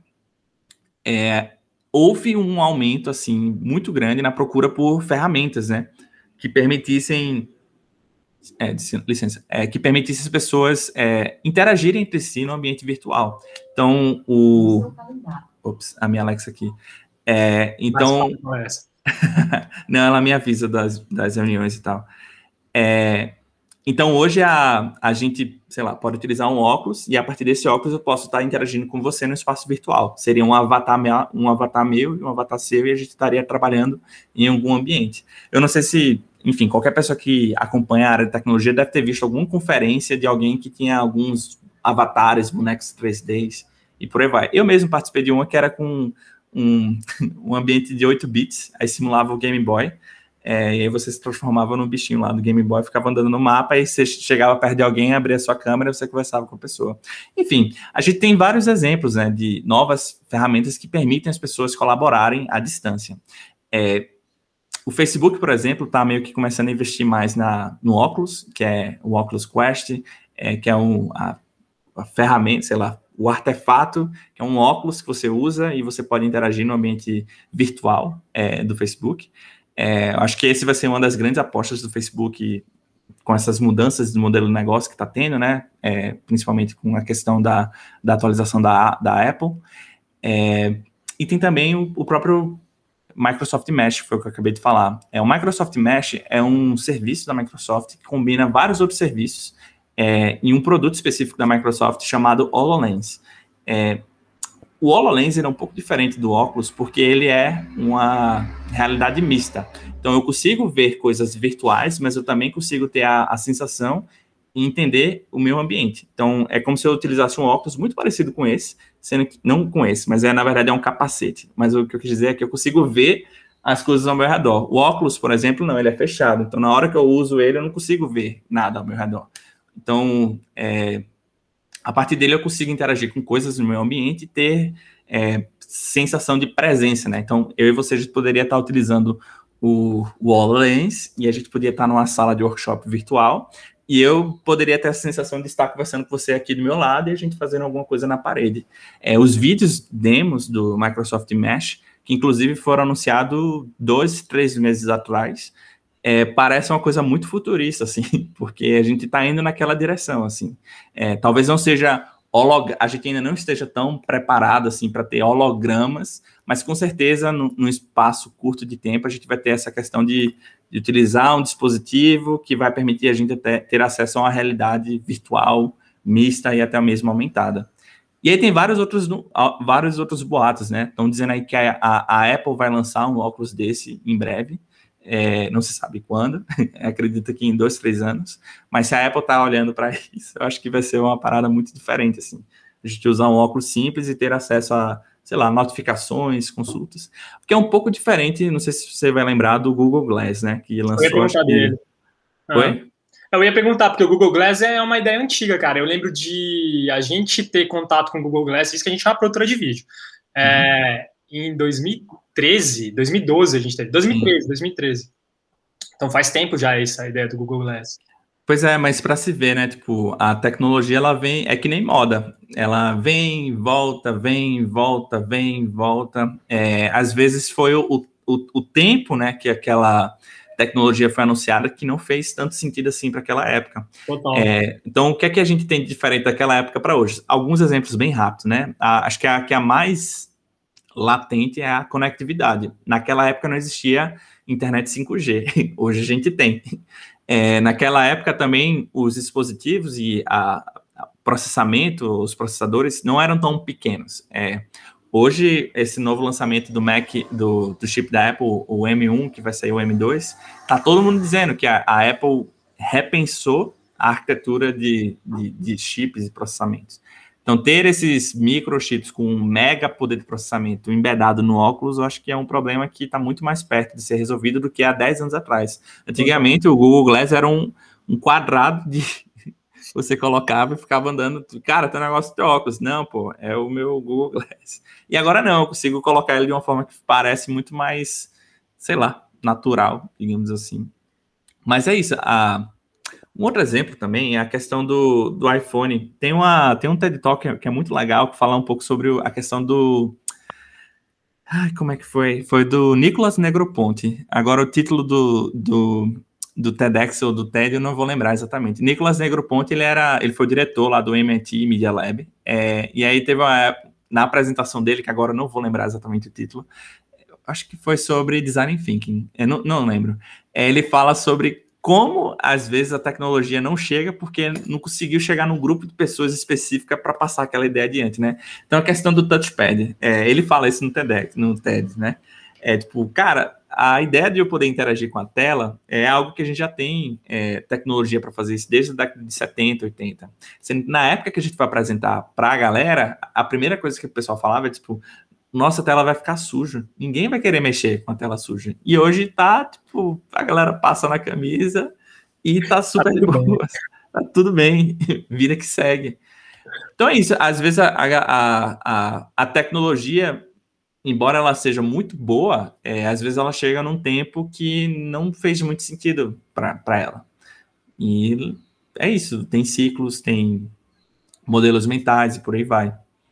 É, houve um aumento, assim, muito grande na procura por ferramentas, né? Que permitissem... É, licença, é, que permitisse as pessoas é, interagirem entre si no ambiente virtual. Então, o... Ops, a minha Alexa aqui. É, então... Não, ela me avisa das, das reuniões e tal. É, então, hoje a, a gente, sei lá, pode utilizar um óculos e a partir desse óculos eu posso estar interagindo com você no espaço virtual. Seria um avatar, meu, um avatar meu e um avatar seu e a gente estaria trabalhando em algum ambiente. Eu não sei se... Enfim, qualquer pessoa que acompanha a área de tecnologia deve ter visto alguma conferência de alguém que tinha alguns avatares, bonecos três D e por aí vai. Eu mesmo participei de uma que era com um, um ambiente de oito bits, aí simulava o Game Boy. É, e aí você se transformava num bichinho lá do Game Boy, ficava andando no mapa, e você chegava perto de alguém, abria a sua câmera e você conversava com a pessoa. Enfim, a gente tem vários exemplos, né, de novas ferramentas que permitem as pessoas colaborarem à distância. É, o Facebook, por exemplo, está meio que começando a investir mais na, no óculos, que é o Oculus Quest, é, que é um, a, a ferramenta, sei lá, o artefato, que é um óculos que você usa e você pode interagir no ambiente virtual é, do Facebook. É, acho que esse vai ser uma das grandes apostas do Facebook com essas mudanças de modelo de negócio que está tendo, né? É, principalmente com a questão da, da atualização da, da Apple. É, e tem também o, o próprio Microsoft Mesh, que foi o que eu acabei de falar. É, o Microsoft Mesh é um serviço da Microsoft que combina vários outros serviços é, em um produto específico da Microsoft chamado HoloLens. É, O HoloLens é um pouco diferente do óculos porque ele é uma realidade mista. Então, eu consigo ver coisas virtuais, mas eu também consigo ter a, a sensação e entender o meu ambiente. Então, é como se eu utilizasse um óculos muito parecido com esse, sendo que, não com esse, mas é, na verdade é um capacete. Mas o que eu quis dizer é que eu consigo ver as coisas ao meu redor. O óculos, por exemplo, não, ele é fechado. Então, na hora que eu uso ele, eu não consigo ver nada ao meu redor. Então, é... a partir dele eu consigo interagir com coisas no meu ambiente e ter é, sensação de presença, né? Então, eu e você, a gente poderia estar utilizando o, o HoloLens e a gente poderia estar numa sala de workshop virtual e eu poderia ter a sensação de estar conversando com você aqui do meu lado e a gente fazendo alguma coisa na parede. É, os vídeos demos do Microsoft Mesh, que inclusive foram anunciados dois, três meses atrás, É, parece uma coisa muito futurista, assim, porque a gente está indo naquela direção, assim. É, talvez não seja holog... a gente ainda não esteja tão preparado, assim, para ter hologramas, mas com certeza, no, num espaço curto de tempo, a gente vai ter essa questão de, de utilizar um dispositivo que vai permitir a gente até ter acesso a uma realidade virtual, mista e até mesmo aumentada. E aí tem vários outros, vários outros boatos, né? Estão dizendo aí que a, a, a Apple vai lançar um óculos desse em breve. É, não se sabe quando, acredito que em dois, três anos, mas se a Apple está olhando para isso, eu acho que vai ser uma parada muito diferente, assim, a gente usar um óculos simples e ter acesso a, sei lá, notificações, consultas, porque é um pouco diferente, não sei se você vai lembrar do Google Glass, né, que lançou... Eu ia perguntar dele. Que... Oi? Eu ia perguntar, porque o Google Glass é uma ideia antiga, cara, eu lembro de a gente ter contato com o Google Glass, isso que a gente é uma produtora de vídeo, uhum. é, em dois mil e treze, dois mil e doze a gente teve, dois mil e treze, dois mil e treze. Então faz tempo já essa ideia do Google Glass. Pois é, mas para se ver, né, tipo, a tecnologia, ela vem, é que nem moda, ela vem, volta, vem, volta, vem, volta, é, às vezes foi o, o, o tempo, né, que aquela tecnologia foi anunciada que não fez tanto sentido assim para aquela época. Total. É, então, o que é que a gente tem de diferente daquela época para hoje? Alguns exemplos bem rápidos, né, a, acho que a, que a mais latente é a conectividade. Naquela época não existia internet cinco G, hoje a gente tem. É, naquela época também os dispositivos e a, a processamento, os processadores não eram tão pequenos. É, hoje, esse novo lançamento do Mac, do, do chip da Apple, o M um, que vai sair o M dois, tá todo mundo dizendo que a, a Apple repensou a arquitetura de, de, de chips e processamentos. Então, ter esses microchips com um mega poder de processamento embedado no óculos, eu acho que é um problema que está muito mais perto de ser resolvido do que há dez anos atrás. Antigamente, o Google Glass era um, um quadrado de... Você colocava e ficava andando... Cara, tem um negócio de óculos. Não, pô, é o meu Google Glass. E agora não, eu consigo colocar ele de uma forma que parece muito mais, sei lá, natural, digamos assim. Mas é isso, a... Um outro exemplo também é a questão do, do iPhone. Tem, uma, tem um TED Talk que é, que é muito legal, que fala um pouco sobre a questão do... Ai, como é que foi? Foi do Nicolas Negroponte. Agora o título do, do, do TEDx ou do TED eu não vou lembrar exatamente. Nicolas Negroponte, ele, era, ele foi o diretor lá do M I T Media Lab. É, e aí teve uma... Na apresentação dele, que agora eu não vou lembrar exatamente o título, acho que foi sobre Design Thinking. Eu não, não lembro. É, ele fala sobre... como, às vezes, a tecnologia não chega porque não conseguiu chegar num grupo de pessoas específica para passar aquela ideia adiante, né? Então, a questão do touchpad, é, ele fala isso no TEDx, no TED, né? É tipo, cara, a ideia de eu poder interagir com a tela é algo que a gente já tem é, tecnologia para fazer isso desde a década de setenta, oitenta. Na época que a gente foi apresentar para a galera, a primeira coisa que o pessoal falava é, tipo, nossa tela vai ficar suja. Ninguém vai querer mexer com a tela suja. E hoje tá, tipo, a galera passa na camisa e tá super de boa. Tá tudo bem, vida que segue. Então é isso, às vezes a, a, a, a tecnologia, embora ela seja muito boa, é, às vezes ela chega num tempo que não fez muito sentido para ela. E é isso, tem ciclos, tem modelos mentais e por aí vai.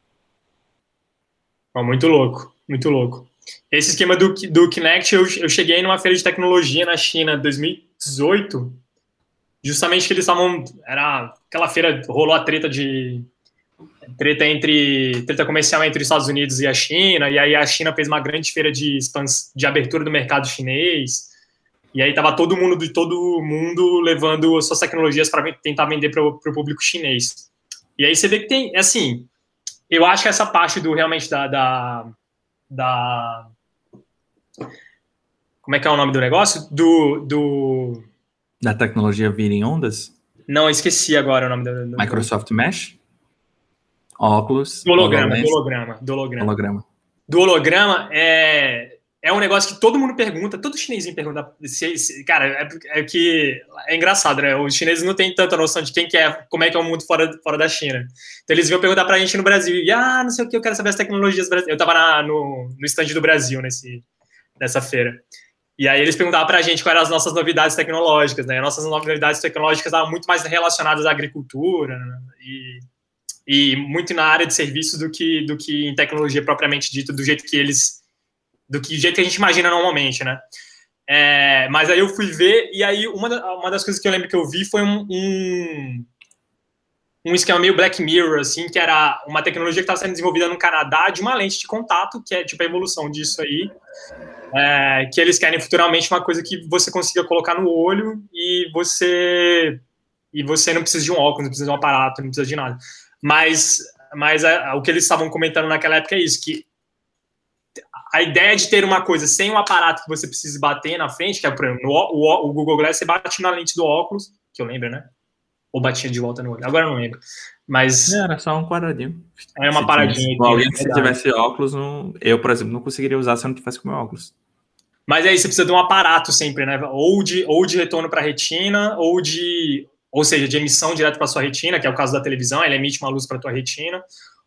Oh, muito louco, muito louco. Esse esquema do, do Kinect, eu, eu cheguei numa feira de tecnologia na China em dois mil e dezoito, justamente que eles estavam, era aquela feira, rolou a treta de treta entre treta comercial entre os Estados Unidos e a China, e aí a China fez uma grande feira de expans, de abertura do mercado chinês, e aí tava todo mundo de todo mundo levando suas tecnologias para tentar vender para o público chinês. E aí você vê que tem, assim, eu acho que essa parte do realmente da, da, da como é que é o nome do negócio? Do, do... Da tecnologia vir em ondas? Não, eu esqueci agora o nome do... do... Microsoft Mesh? Óculos? Do holograma, do holograma, do holograma. holograma. Do holograma é, é um negócio que todo mundo pergunta, todo chinesinho pergunta. Se, se, cara, é, é que é engraçado, né? Os chineses não têm tanta noção de quem que é, como é que é o mundo fora, fora da China. Então eles vinham perguntar pra gente no Brasil. E, ah, não sei o que, eu quero saber as tecnologias brasileiras. Eu tava na, no, no stand do Brasil nesse, nessa feira. E aí eles perguntavam pra gente quais eram as nossas novidades tecnológicas, né? As nossas novidades tecnológicas estavam muito mais relacionadas à agricultura, né? E... e muito na área de serviços do que, do que em tecnologia propriamente dita, do jeito que eles, do que jeito que a gente imagina normalmente, né? É, mas aí eu fui ver, e aí uma, da, uma das coisas que eu lembro que eu vi foi um, um, um esquema meio Black Mirror, assim, que era uma tecnologia que estava sendo desenvolvida no Canadá de uma lente de contato, que é tipo a evolução disso aí, é, que eles querem futuramente uma coisa que você consiga colocar no olho e você, e você não precisa de um óculos, não precisa de um aparato, não precisa de nada. Mas, mas a, a, o que eles estavam comentando naquela época é isso, que a ideia de ter uma coisa sem um aparato que você precise bater na frente, que é, por exemplo, no, o, o Google Glass, você bate na lente do óculos, que eu lembro, né? Ou batia de volta no olho. Agora eu não lembro. Mas... era só um quadradinho. É uma se paradinha. Tivesse, alguém que se tivesse óculos, não, eu, por exemplo, não conseguiria usar se eu não tivesse com meu óculos. Mas aí você precisa de um aparato sempre, né? Ou de, ou de retorno para a retina, ou de... ou seja, de emissão direto para sua retina, que é o caso da televisão, ela emite uma luz para a tua retina,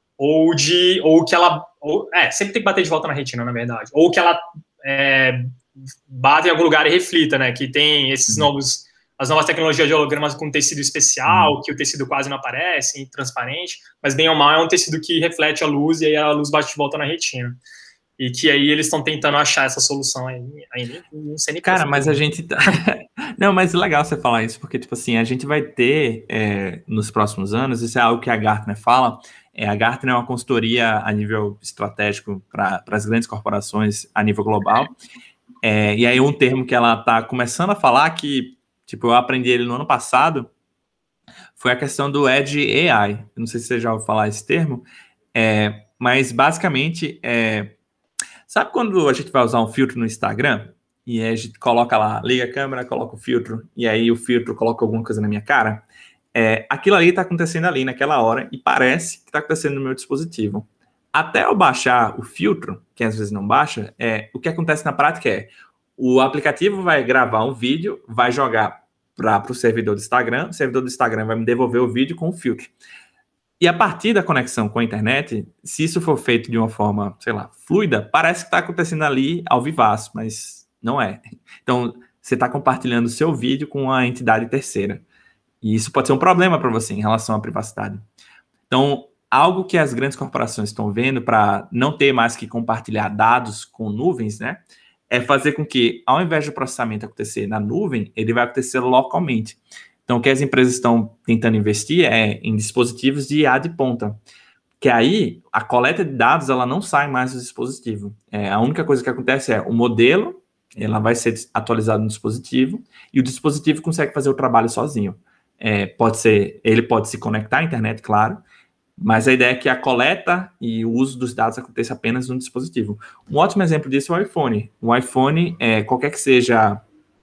ou de, ou que ela, ou, é, sempre tem que bater de volta na retina, na verdade, ou que ela é, bata em algum lugar e reflita, né, que tem esses novos, as novas tecnologias de hologramas com tecido especial, que o tecido quase não aparece, transparente, mas bem ou mal é um tecido que reflete a luz e aí a luz bate de volta na retina. E que aí eles estão tentando achar essa solução aí, aí não sei nem. Cara, mas a gente tá... Não, mas é legal você falar isso, porque, tipo assim, a gente vai ter, é, nos próximos anos, isso é algo que a Gartner fala, é, a Gartner é uma consultoria a nível estratégico para as grandes corporações a nível global, é, e aí um termo que ela tá começando a falar, que, tipo, eu aprendi ele no ano passado, foi a questão do Edge A I. Eu não sei se você já ouviu falar esse termo, é, mas, basicamente, é... sabe quando a gente vai usar um filtro no Instagram e a gente coloca lá, liga a câmera, coloca o filtro e aí o filtro coloca alguma coisa na minha cara? É, aquilo ali está acontecendo ali naquela hora e parece que está acontecendo no meu dispositivo. Até eu baixar o filtro, que às vezes não baixa, é, o que acontece na prática é o aplicativo vai gravar um vídeo, vai jogar para o servidor do Instagram, o servidor do Instagram vai me devolver o vídeo com o filtro. E a partir da conexão com a internet, se isso for feito de uma forma, sei lá, fluida, parece que está acontecendo ali ao vivaço, mas não é. Então, você está compartilhando o seu vídeo com uma entidade terceira. E isso pode ser um problema para você em relação à privacidade. Então, algo que as grandes corporações estão vendo para não ter mais que compartilhar dados com nuvens, né, é fazer com que, ao invés do processamento acontecer na nuvem, ele vai acontecer localmente. Então, o que as empresas estão tentando investir é em dispositivos de I A de ponta, que aí a coleta de dados ela não sai mais do dispositivo. É, a única coisa que acontece é o modelo, ela vai ser atualizado no dispositivo e o dispositivo consegue fazer o trabalho sozinho. É, pode ser, ele pode se conectar à internet, claro, mas a ideia é que a coleta e o uso dos dados aconteça apenas no dispositivo. Um ótimo exemplo disso é o iPhone. O iPhone, é, qualquer que seja...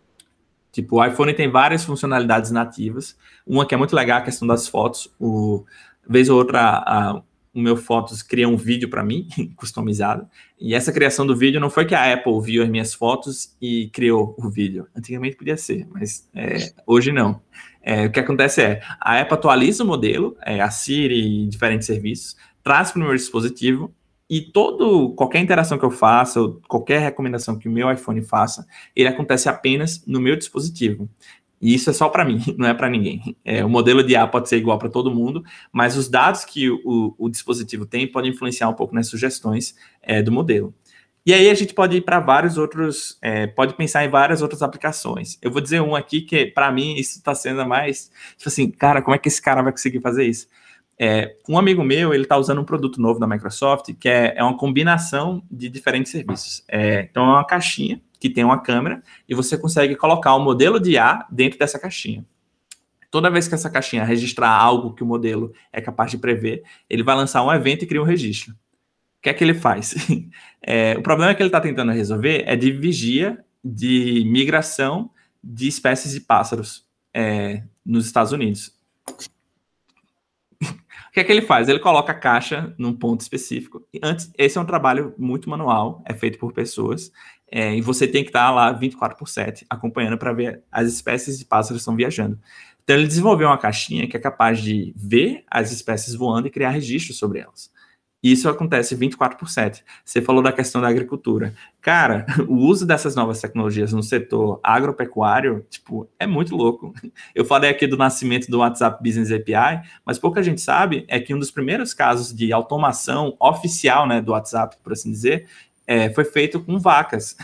Tipo, o iPhone tem várias funcionalidades nativas. Uma que é muito legal, a questão das fotos. O, vez ou outra, a, o meu Fotos cria um vídeo para mim, customizado, e essa criação do vídeo não foi que a Apple viu as minhas fotos e criou o vídeo. Antigamente podia ser, mas é, hoje não. É, o que acontece é, a Apple atualiza o modelo, é, a Siri e diferentes serviços, traz para o meu dispositivo, e todo, qualquer interação que eu faça, ou qualquer recomendação que o meu iPhone faça, ele acontece apenas no meu dispositivo. E isso é só para mim, não é para ninguém. É, o modelo de I A pode ser igual para todo mundo, mas os dados que o, o dispositivo tem podem influenciar um pouco nas sugestões é, do modelo. E aí a gente pode ir para vários outros, é, pode pensar em várias outras aplicações. Eu vou dizer um aqui que, para mim, isso está sendo mais, tipo assim, cara, como é que esse cara vai conseguir fazer isso? É, um amigo meu, ele está usando um produto novo da Microsoft, que é, é uma combinação de diferentes serviços. É, então, é uma caixinha que tem uma câmera e você consegue colocar o modelo de I A dentro dessa caixinha. Toda vez que essa caixinha registrar algo que o modelo é capaz de prever, ele vai lançar um evento e cria um registro. O que é que ele faz? É, o problema que ele está tentando resolver é de vigia de migração de espécies de pássaros é, nos Estados Unidos. O que é que ele faz? Ele coloca a caixa num ponto específico. E antes, esse é um trabalho muito manual, é feito por pessoas, é, e você tem que estar lá vinte e quatro por sete acompanhando para ver as espécies de pássaros que estão viajando. Então, ele desenvolveu uma caixinha que é capaz de ver as espécies voando e criar registros sobre elas. E isso acontece vinte e quatro por sete. Você falou da questão da agricultura. Cara, o uso dessas novas tecnologias no setor agropecuário, tipo, é muito louco. Eu falei aqui do nascimento do WhatsApp Business A P I, mas pouca gente sabe é que um dos primeiros casos de automação oficial, né, do WhatsApp, por assim dizer, é, foi feito com vacas.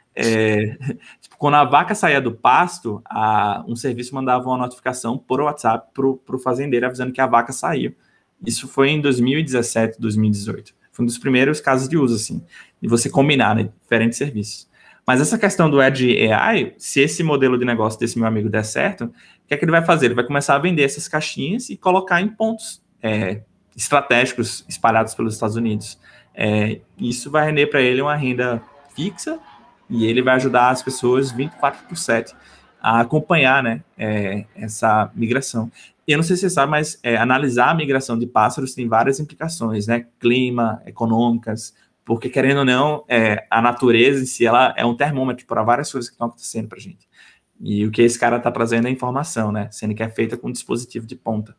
É, tipo, quando a vaca saía do pasto, a, um serviço mandava uma notificação por WhatsApp para o fazendeiro avisando que a vaca saiu. Isso foi em dois mil e dezessete, dois mil e dezoito. Foi um dos primeiros casos de uso, assim, de você combinar, né, diferentes serviços. Mas essa questão do Edge A I, se esse modelo de negócio desse meu amigo der certo, o que é que ele vai fazer? Ele vai começar a vender essas caixinhas e colocar em pontos é, estratégicos espalhados pelos Estados Unidos. É, isso vai render para ele uma renda fixa e ele vai ajudar as pessoas vinte e quatro por sete a acompanhar, né, é, essa migração. Eu não sei se você sabe, mas é, analisar a migração de pássaros tem várias implicações, né? Clima, econômicas, porque, querendo ou não, é, a natureza em si, ela é um termômetro para várias coisas que estão acontecendo para a gente. E o que esse cara está trazendo é informação, né? Sendo que é feita com um dispositivo de ponta.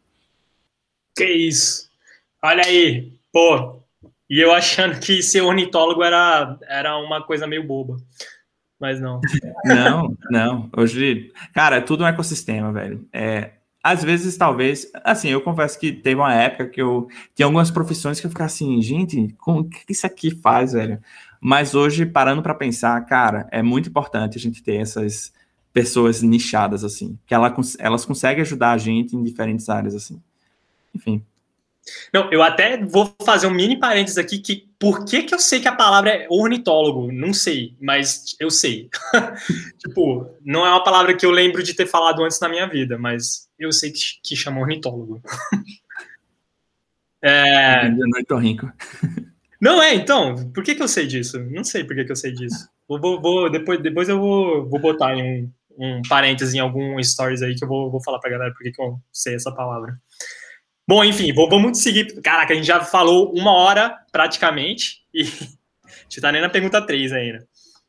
Que isso! Olha aí, pô! E eu achando que ser ornitólogo era, era uma coisa meio boba. Mas não. Não, não. Hoje, cara, é tudo um ecossistema, velho. É... Às vezes, talvez, assim, eu confesso que teve uma época que eu tinha algumas profissões que eu ficava assim, gente, como, o que isso aqui faz, velho? Mas hoje, parando para pensar, cara, é muito importante a gente ter essas pessoas nichadas, assim, que ela, elas conseguem ajudar a gente em diferentes áreas, assim. Enfim. Não, eu até vou fazer um mini parênteses aqui, que por que que eu sei que a palavra é ornitólogo? Não sei, mas eu sei. Tipo, não é uma palavra que eu lembro de ter falado antes na minha vida, mas eu sei que, que chama ornitólogo. É... Eu não tô rico. Não é, então, por que que eu sei disso? Não sei por que que eu sei disso. Vou, vou, vou, depois, depois eu vou, vou botar em um, um parênteses em algum stories aí que eu vou, vou falar pra galera por que que eu sei essa palavra. Bom, enfim, vamos seguir. Caraca, a gente já falou uma hora praticamente e a gente tá nem na pergunta três ainda.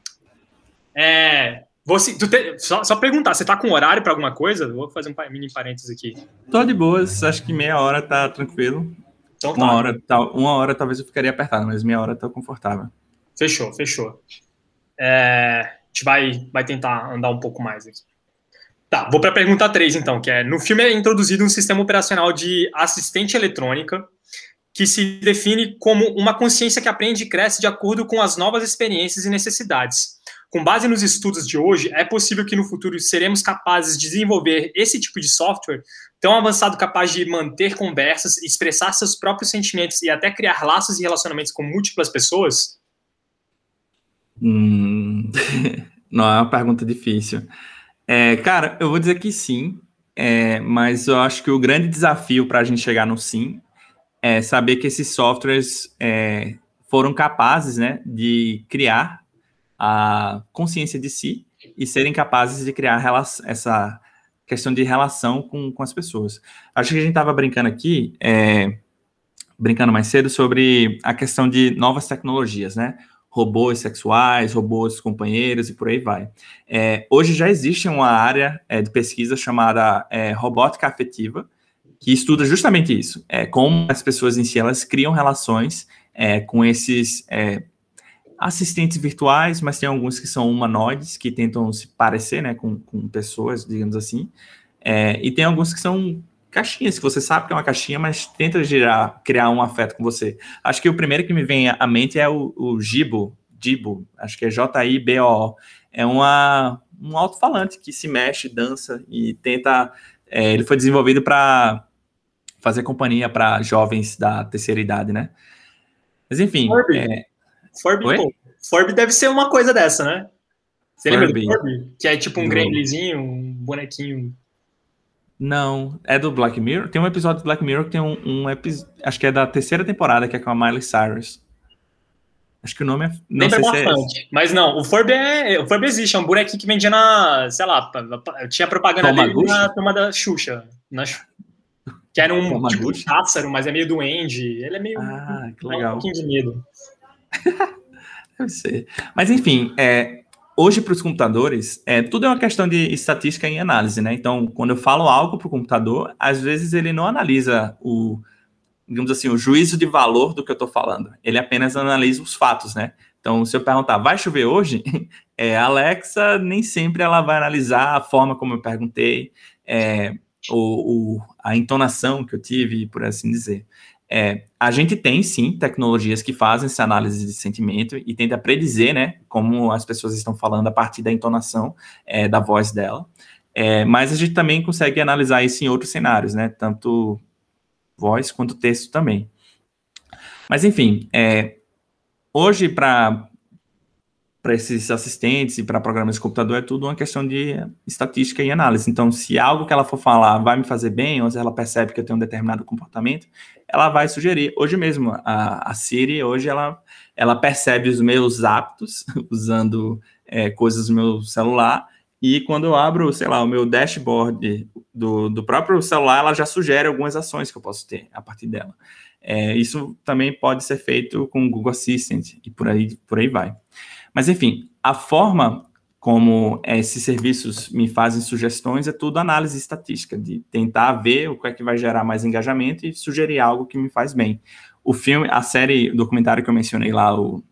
É, você, tu te, só, só perguntar, você tá com horário para alguma coisa? Vou fazer um mini parênteses aqui. Tô de boas, acho que meia hora tá tranquilo. Então tá. Uma hora, tá, uma hora talvez eu ficaria apertado, mas meia hora tá confortável. Fechou, fechou. É, a gente vai, vai tentar andar um pouco mais aqui. Tá, vou para a pergunta três, então, que é, no filme é introduzido um sistema operacional de assistente eletrônica que se define como uma consciência que aprende e cresce de acordo com as novas experiências e necessidades. Com base nos estudos de hoje, é possível que no futuro seremos capazes de desenvolver esse tipo de software tão avançado capaz de manter conversas, expressar seus próprios sentimentos e até criar laços e relacionamentos com múltiplas pessoas? Hum... Não, é uma pergunta difícil. É, cara, eu vou dizer que sim, é, mas eu acho que o grande desafio para a gente chegar no sim é saber que esses softwares é, foram capazes, né, de criar a consciência de si e serem capazes de criar essa questão de relação com, com as pessoas. Acho que a gente estava brincando aqui, é, brincando mais cedo sobre a questão de novas tecnologias, né? Robôs sexuais, robôs companheiros e por aí vai. É, hoje já existe uma área é, de pesquisa chamada é, robótica afetiva, que estuda justamente isso, é, como as pessoas em si, elas criam relações é, com esses é, assistentes virtuais, mas tem alguns que são humanoides, que tentam se parecer, né, com, com pessoas, digamos assim, é, e tem alguns que são caixinhas, que você sabe que é uma caixinha, mas tenta gerar, criar um afeto com você. Acho que o primeiro que me vem à mente é o, o Jibo, Jibo, acho que é J I B O O. É uma, um alto-falante que se mexe, dança e tenta... É, ele foi desenvolvido para fazer companhia para jovens da terceira idade, né? Mas enfim... Furby, é... Furby, pô. Furby deve ser uma coisa dessa, né? Você Furby. lembra do Furby? Que é tipo um Do... gremlinzinho, um bonequinho... Não, é do Black Mirror. Tem um episódio do Black Mirror que tem um, um episódio, acho que é da terceira temporada, que é com a Miley Cyrus. Acho que o nome é... Não Lembra sei bastante. Se é mas não, o Furby, é, o Furby existe, é um bonequinho que vendia na, sei lá, tinha propaganda Tomaguchi? dele na turma da Xuxa. Na, que era um Tomaguchi? tipo um pássaro, mas é meio duende. Ele é meio... Ah, que dá legal. um pouquinho de medo. Deve ser. Mas enfim, é... Hoje, para os computadores, é, tudo é uma questão de estatística e análise, né? Então, quando eu falo algo para o computador, às vezes ele não analisa o, digamos assim, o juízo de valor do que eu estou falando. Ele apenas analisa os fatos, né? Então, se eu perguntar, vai chover hoje? É, a Alexa, nem sempre ela vai analisar a forma como eu perguntei, é, o, o, a entonação que eu tive, por assim dizer. É, a gente tem, sim, tecnologias que fazem essa análise de sentimento e tenta predizer, né, como as pessoas estão falando a partir da entonação é, da voz dela, é, mas a gente também consegue analisar isso em outros cenários, né, tanto voz quanto texto também. Mas, enfim, é, hoje, para para esses assistentes e para programas de computador, é tudo uma questão de estatística e análise. Então, se algo que ela for falar vai me fazer bem, ou se ela percebe que eu tenho um determinado comportamento, ela vai sugerir. Hoje mesmo, a, a Siri, hoje, ela, ela percebe os meus hábitos, usando é, coisas do meu celular, e quando eu abro, sei lá, o meu dashboard do, do próprio celular, ela já sugere algumas ações que eu posso ter a partir dela. É, isso também pode ser feito com o Google Assistant, e por aí, por aí vai. Mas, enfim, a forma como esses serviços me fazem sugestões é tudo análise estatística, de tentar ver o que é que vai gerar mais engajamento e sugerir algo que me faz bem. O filme, a série, o documentário que eu mencionei lá, o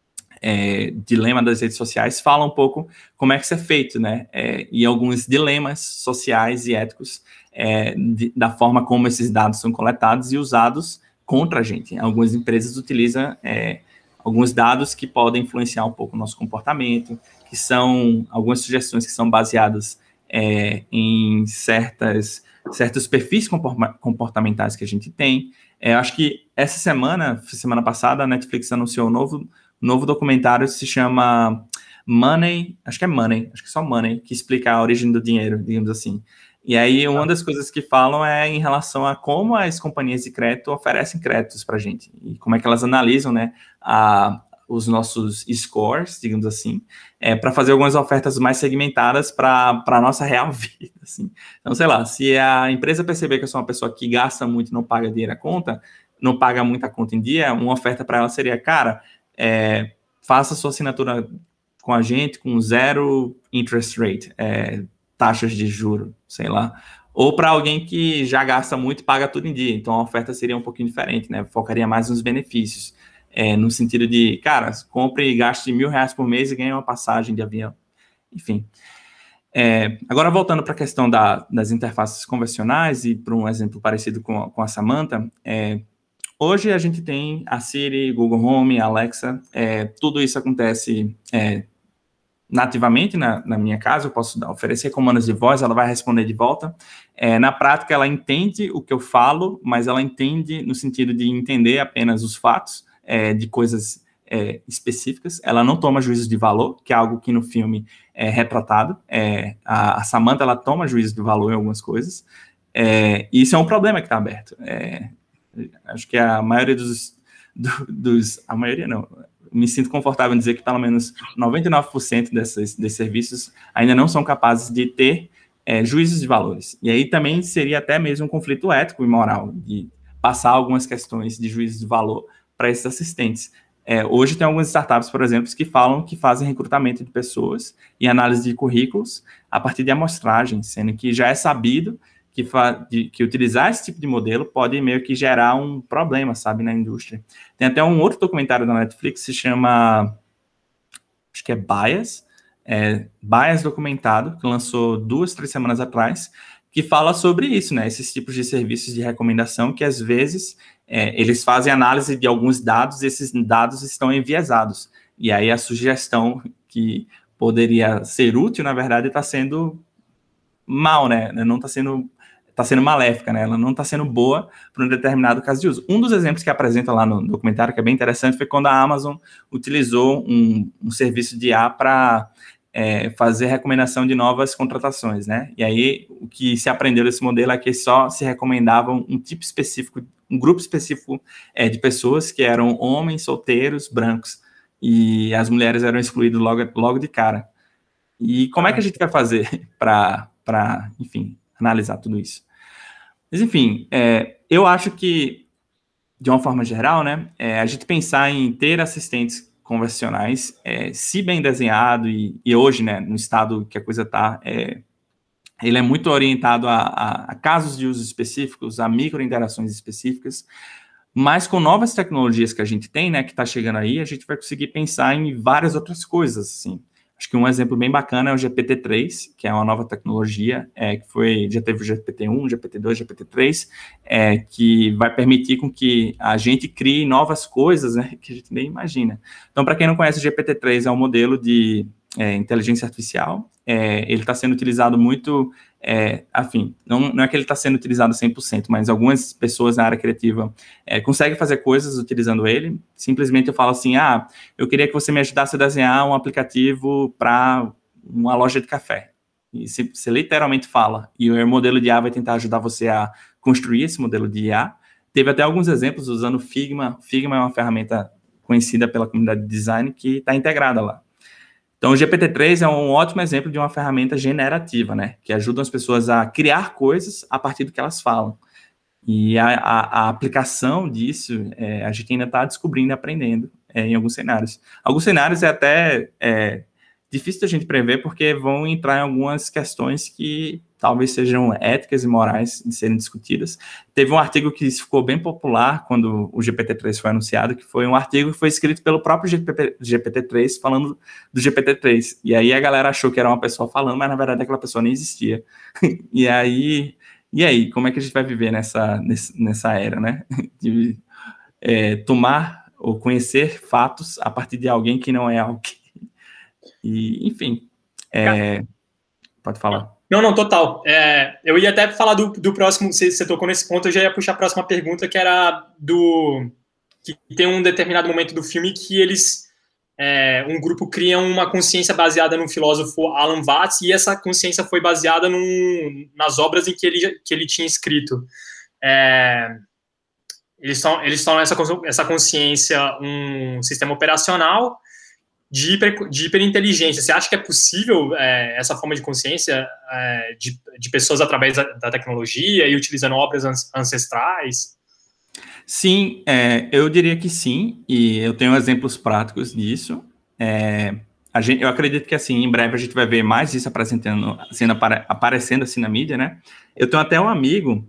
é, Dilema das Redes Sociais, fala um pouco como é que isso é feito, né? É, e alguns dilemas sociais e éticos é, de, da forma como esses dados são coletados e usados contra a gente. Algumas empresas utilizam... É, alguns dados que podem influenciar um pouco o nosso comportamento, que são algumas sugestões que são baseadas é, em certas, certos perfis comportamentais que a gente tem. É, acho que essa semana, semana passada, a Netflix anunciou um novo, novo documentário que se chama Money, acho que é Money, acho que é só Money, que explica a origem do dinheiro, digamos assim. E aí, uma das coisas que falam é em relação a como as companhias de crédito oferecem créditos para a gente, e como é que elas analisam, né, a, os nossos scores, digamos assim, é, para fazer algumas ofertas mais segmentadas para a nossa real vida, assim. Então, sei lá, se a empresa perceber que eu sou uma pessoa que gasta muito e não paga dinheiro à conta, não paga muita conta em dia, uma oferta para ela seria, cara, é, faça sua assinatura com a gente com zero interest rate, é, taxas de juro, sei lá, ou para alguém que já gasta muito e paga tudo em dia, então a oferta seria um pouquinho diferente, né, focaria mais nos benefícios, é, no sentido de, cara, compre e gaste mil reais por mês e ganhe uma passagem de avião, enfim. É, agora, voltando para a questão da, das interfaces convencionais e para um exemplo parecido com, com a Samantha, é, hoje a gente tem a Siri, Google Home, Alexa, é, tudo isso acontece é, nativamente na, na minha casa, eu posso dar, oferecer comandos de voz, ela vai responder de volta. É, na prática, ela entende o que eu falo, mas ela entende no sentido de entender apenas os fatos é, de coisas é, específicas. Ela não toma juízos de valor, que é algo que no filme é retratado. É, a, a Samantha, ela toma juízo de valor em algumas coisas. É, e isso é um problema que está aberto. É, acho que a maioria dos, do, dos... A maioria não... me sinto confortável em dizer que pelo menos noventa e nove por cento desses, desses serviços ainda não são capazes de ter é, juízos de valores. E aí também seria até mesmo um conflito ético e moral de passar algumas questões de juízo de valor para esses assistentes. É, hoje tem algumas startups, por exemplo, que falam que fazem recrutamento de pessoas e análise de currículos a partir de amostragem, sendo que já é sabido que, de, que utilizar esse tipo de modelo pode meio que gerar um problema, sabe, na indústria. Tem até um outro documentário da Netflix que se chama, acho que é Bias, é, Bias Documentado, que lançou duas, três semanas atrás, que fala sobre isso, né, esses tipos de serviços de recomendação que, às vezes, é, eles fazem análise de alguns dados e esses dados estão enviesados. E aí a sugestão que poderia ser útil, na verdade, está sendo mal, né, não está sendo, tá sendo maléfica, né, ela não está sendo boa para um determinado caso de uso. Um dos exemplos que apresenta lá no documentário, que é bem interessante, foi quando a Amazon utilizou um, um serviço de I A para É, fazer recomendação de novas contratações, né? E aí, o que se aprendeu desse modelo é que só se recomendavam um tipo específico, um grupo específico é, de pessoas que eram homens, solteiros, brancos, e as mulheres eram excluídas logo, logo de cara. E como é que a gente vai fazer para, enfim, analisar tudo isso? Mas, enfim, é, eu acho que, de uma forma geral, né, é, a gente pensar em ter assistentes conversacionais, é, se bem desenhado, e, e hoje, né, no estado que a coisa está, é, ele é muito orientado a, a, a casos de uso específicos, a micro-interações específicas, mas com novas tecnologias que a gente tem, né, que está chegando aí, a gente vai conseguir pensar em várias outras coisas, assim. Acho que um exemplo bem bacana é o G P T três, que é uma nova tecnologia, é, que foi, já teve o G P T um, G P T dois, G P T três, é, que vai permitir com que a gente crie novas coisas, né, que a gente nem imagina. Então, para quem não conhece, o G P T três é um modelo de é, inteligência artificial, é, ele está sendo utilizado muito, é, afim, não, não é que ele está sendo utilizado cem por cento, mas algumas pessoas na área criativa é, conseguem fazer coisas utilizando ele. Simplesmente eu falo assim, ah, eu queria que você me ajudasse a desenhar um aplicativo para uma loja de café. E se, você literalmente fala, e o modelo de I A vai tentar ajudar você a construir esse modelo de I A. Teve até alguns exemplos usando Figma. Figma é uma ferramenta conhecida pela comunidade de design que está integrada lá. Então, o G P T três é um ótimo exemplo de uma ferramenta generativa, né? Que ajuda as pessoas a criar coisas a partir do que elas falam. E a, a, a aplicação disso, é, a gente ainda está descobrindo e aprendendo é, em alguns cenários. Alguns cenários é até é, difícil da gente prever, porque vão entrar em algumas questões que talvez sejam éticas e morais de serem discutidas. Teve um artigo que ficou bem popular quando o G P T três foi anunciado, que foi um artigo que foi escrito pelo próprio G P T três, falando do G P T três. E aí a galera achou que era uma pessoa falando, mas na verdade aquela pessoa nem existia. E aí, e aí, como é que a gente vai viver nessa, nessa era, né? De é, tomar ou conhecer fatos a partir de alguém que não é alguém. E, enfim, é, pode falar. Não, não, total. É, eu ia até falar do, do próximo, você, você tocou nesse ponto, eu já ia puxar a próxima pergunta, que era do... que tem um determinado momento do filme que eles, é, um grupo cria uma consciência baseada no filósofo Alan Watts, e essa consciência foi baseada num, nas obras em que ele, que ele tinha escrito. É, eles tornam eles são essa, essa consciência um sistema operacional de, hiper, de hiperinteligência. Você acha que é possível é, essa forma de consciência é, de, de pessoas através da, da tecnologia e utilizando obras ancestrais? Sim, é, eu diria que sim, e eu tenho exemplos práticos disso. É, a gente, eu acredito que, assim, em breve a gente vai ver mais isso apresentando, sendo, apare, aparecendo assim na mídia, né? Eu tenho até um amigo,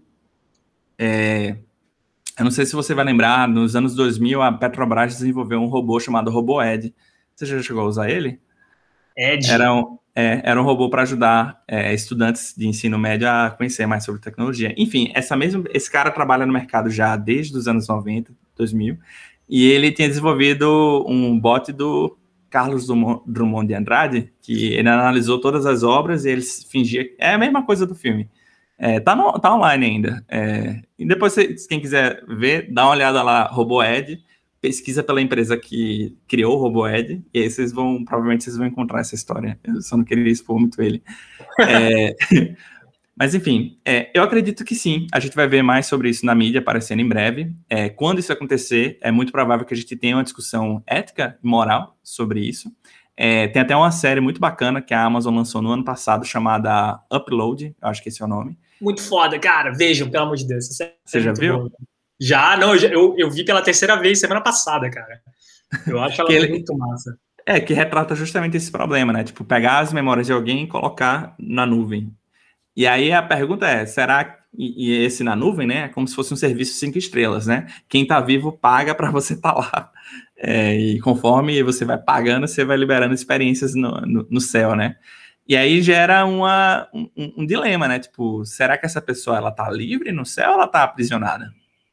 é, eu não sei se você vai lembrar, nos anos dois mil, a Petrobras desenvolveu um robô chamado RoboEd. Você já chegou a usar ele? Ed. Era um, é, era um robô para ajudar é, estudantes de ensino médio a conhecer mais sobre tecnologia. Enfim, essa mesma, esse cara trabalha no mercado já desde os anos noventa, dois mil, e ele tinha desenvolvido um bot do Carlos Drummond de Andrade, que ele analisou todas as obras e ele fingia... É a mesma coisa do filme. É, tá, no, tá online ainda. É, e depois, quem quiser ver, dá uma olhada lá, RoboEd, pesquisa pela empresa que criou o RoboEd, e aí vocês vão, provavelmente vocês vão encontrar essa história. Eu só não queria expor muito ele. É, mas, enfim, é, eu acredito que sim, a gente vai ver mais sobre isso na mídia aparecendo em breve. É, quando isso acontecer, é muito provável que a gente tenha uma discussão ética e moral sobre isso. É, tem até uma série muito bacana que a Amazon lançou no ano passado, chamada Upload, eu acho que esse é o nome. Muito foda, cara. Vejam, pelo amor de Deus. Você já viu? Boa. Já, não, eu, já- eu, eu vi pela terceira vez semana passada, cara. Eu acho ela Que ele- muito massa. É, que retrata justamente esse problema, né? Tipo, pegar as memórias de alguém e colocar na nuvem. E aí a pergunta é, será e, e esse na nuvem, né? É como se fosse um serviço cinco estrelas, né? Quem tá vivo paga para você estar lá. É, e conforme você vai pagando, você vai liberando experiências no, no, no céu, né? E aí gera uma, um, um dilema, né? Tipo, será que essa pessoa ela tá livre no céu ou ela tá aprisionada? Não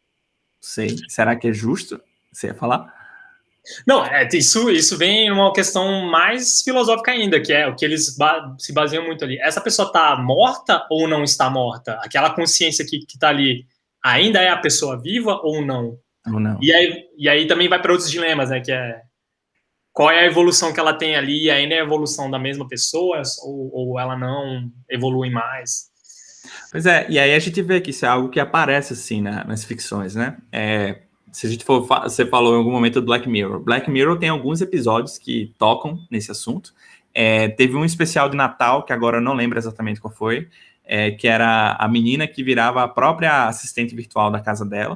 sei. Será que é justo? Você ia falar? Não, é, isso, isso vem numa questão mais filosófica ainda, que é o que eles ba- se baseiam muito ali. Essa pessoa está morta ou não está morta? Aquela consciência que está ali ainda é a pessoa viva ou não? Ou não? E aí, e aí também vai para outros dilemas, né? Que é qual é a evolução que ela tem ali? Ainda é a evolução da mesma pessoa ou, ou ela não evolui mais? Pois é, e aí a gente vê que isso é algo que aparece assim na- nas ficções, né? É, se a gente for, fa- você falou em algum momento do Black Mirror. Black Mirror tem alguns episódios que tocam nesse assunto. É, teve um especial de Natal, que agora eu não lembro exatamente qual foi, é, que era a menina que virava a própria assistente virtual da casa dela.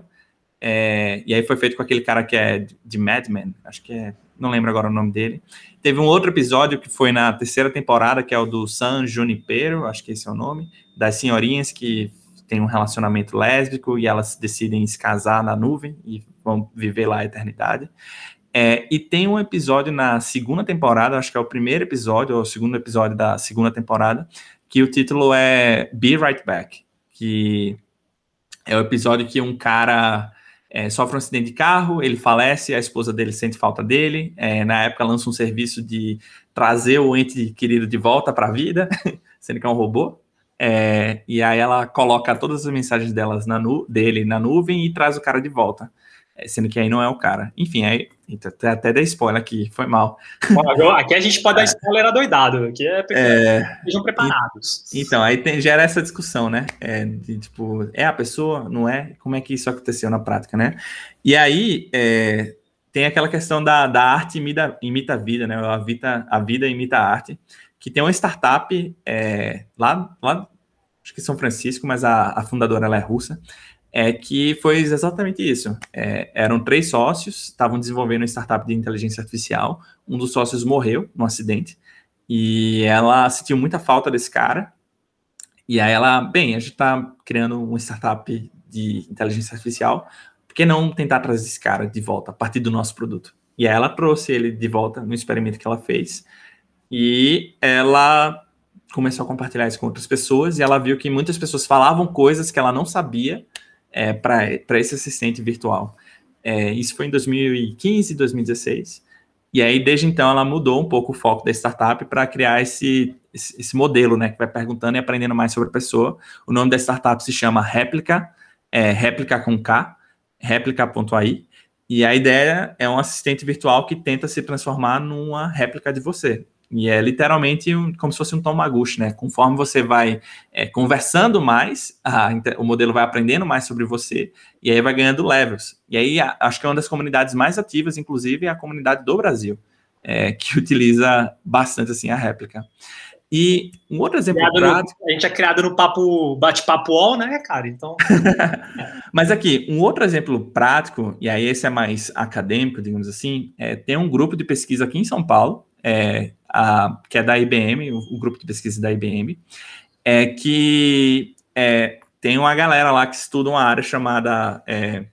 É, e aí foi feito com aquele cara que é de Mad Men, acho que é, não lembro agora o nome dele. Teve um outro episódio que foi na terceira temporada, que é o do San Junipero, acho que esse é o nome, das senhorinhas que têm um relacionamento lésbico e elas decidem se casar na nuvem e vão viver lá a eternidade. É, e tem um episódio na segunda temporada, acho que é o primeiro episódio, ou o segundo episódio da segunda temporada, que o título é Be Right Back, que é o episódio que um cara é, sofre um acidente de carro, ele falece, a esposa dele sente falta dele, é, na época lança um serviço de trazer o ente querido de volta para a vida, sendo que é um robô, é, e aí ela coloca todas as mensagens delas na nu- dele na nuvem e traz o cara de volta, é, sendo que aí não é o cara. Enfim, aí até, até dei spoiler aqui, foi mal. Bom, agora- aqui a gente pode dar spoiler adoidado, aqui é, É, sejam preparados. Então, aí tem- gera essa discussão, né? É, de tipo, é a pessoa, não é? Como é que isso aconteceu na prática, né? E aí é, tem aquela questão da, da arte imita, imita a vida, né? A vida, a vida imita a arte, que tem uma startup é, lá, lá, acho que em São Francisco, mas a, a fundadora ela é russa, é que foi exatamente isso. É, eram três sócios, estavam desenvolvendo uma startup de inteligência artificial, um dos sócios morreu num acidente, e ela sentiu muita falta desse cara. E aí ela, bem, a gente está criando uma startup de inteligência artificial, por que não tentar trazer esse cara de volta a partir do nosso produto? E aí ela trouxe ele de volta no experimento que ela fez, e ela começou a compartilhar isso com outras pessoas, e ela viu que muitas pessoas falavam coisas que ela não sabia é, para esse assistente virtual. É, isso foi em dois mil e quinze, dois mil e dezesseis. E aí, desde então, ela mudou um pouco o foco da startup para criar esse, esse, esse modelo, né? Que vai perguntando e aprendendo mais sobre a pessoa. O nome da startup se chama Réplica, é Réplica com K, réplica ponto a i. E a ideia é um assistente virtual que tenta se transformar numa réplica de você. E é literalmente um, como se fosse um Tamagotchi, né? Conforme você vai é, conversando mais, a, o modelo vai aprendendo mais sobre você, e aí vai ganhando levels. E aí, a, acho que é uma das comunidades mais ativas, inclusive, é a comunidade do Brasil, é, que utiliza bastante, assim, a réplica. E um outro exemplo Criado prático... no, a gente é criado no papo, bate-papo all, né, cara? Então... Mas aqui, um outro exemplo prático, e aí esse é mais acadêmico, digamos assim, é, tem um grupo de pesquisa aqui em São Paulo, é, a, que é da I B M, o, o grupo de pesquisa da I B M, é que é, tem uma galera lá que estuda uma área chamada é,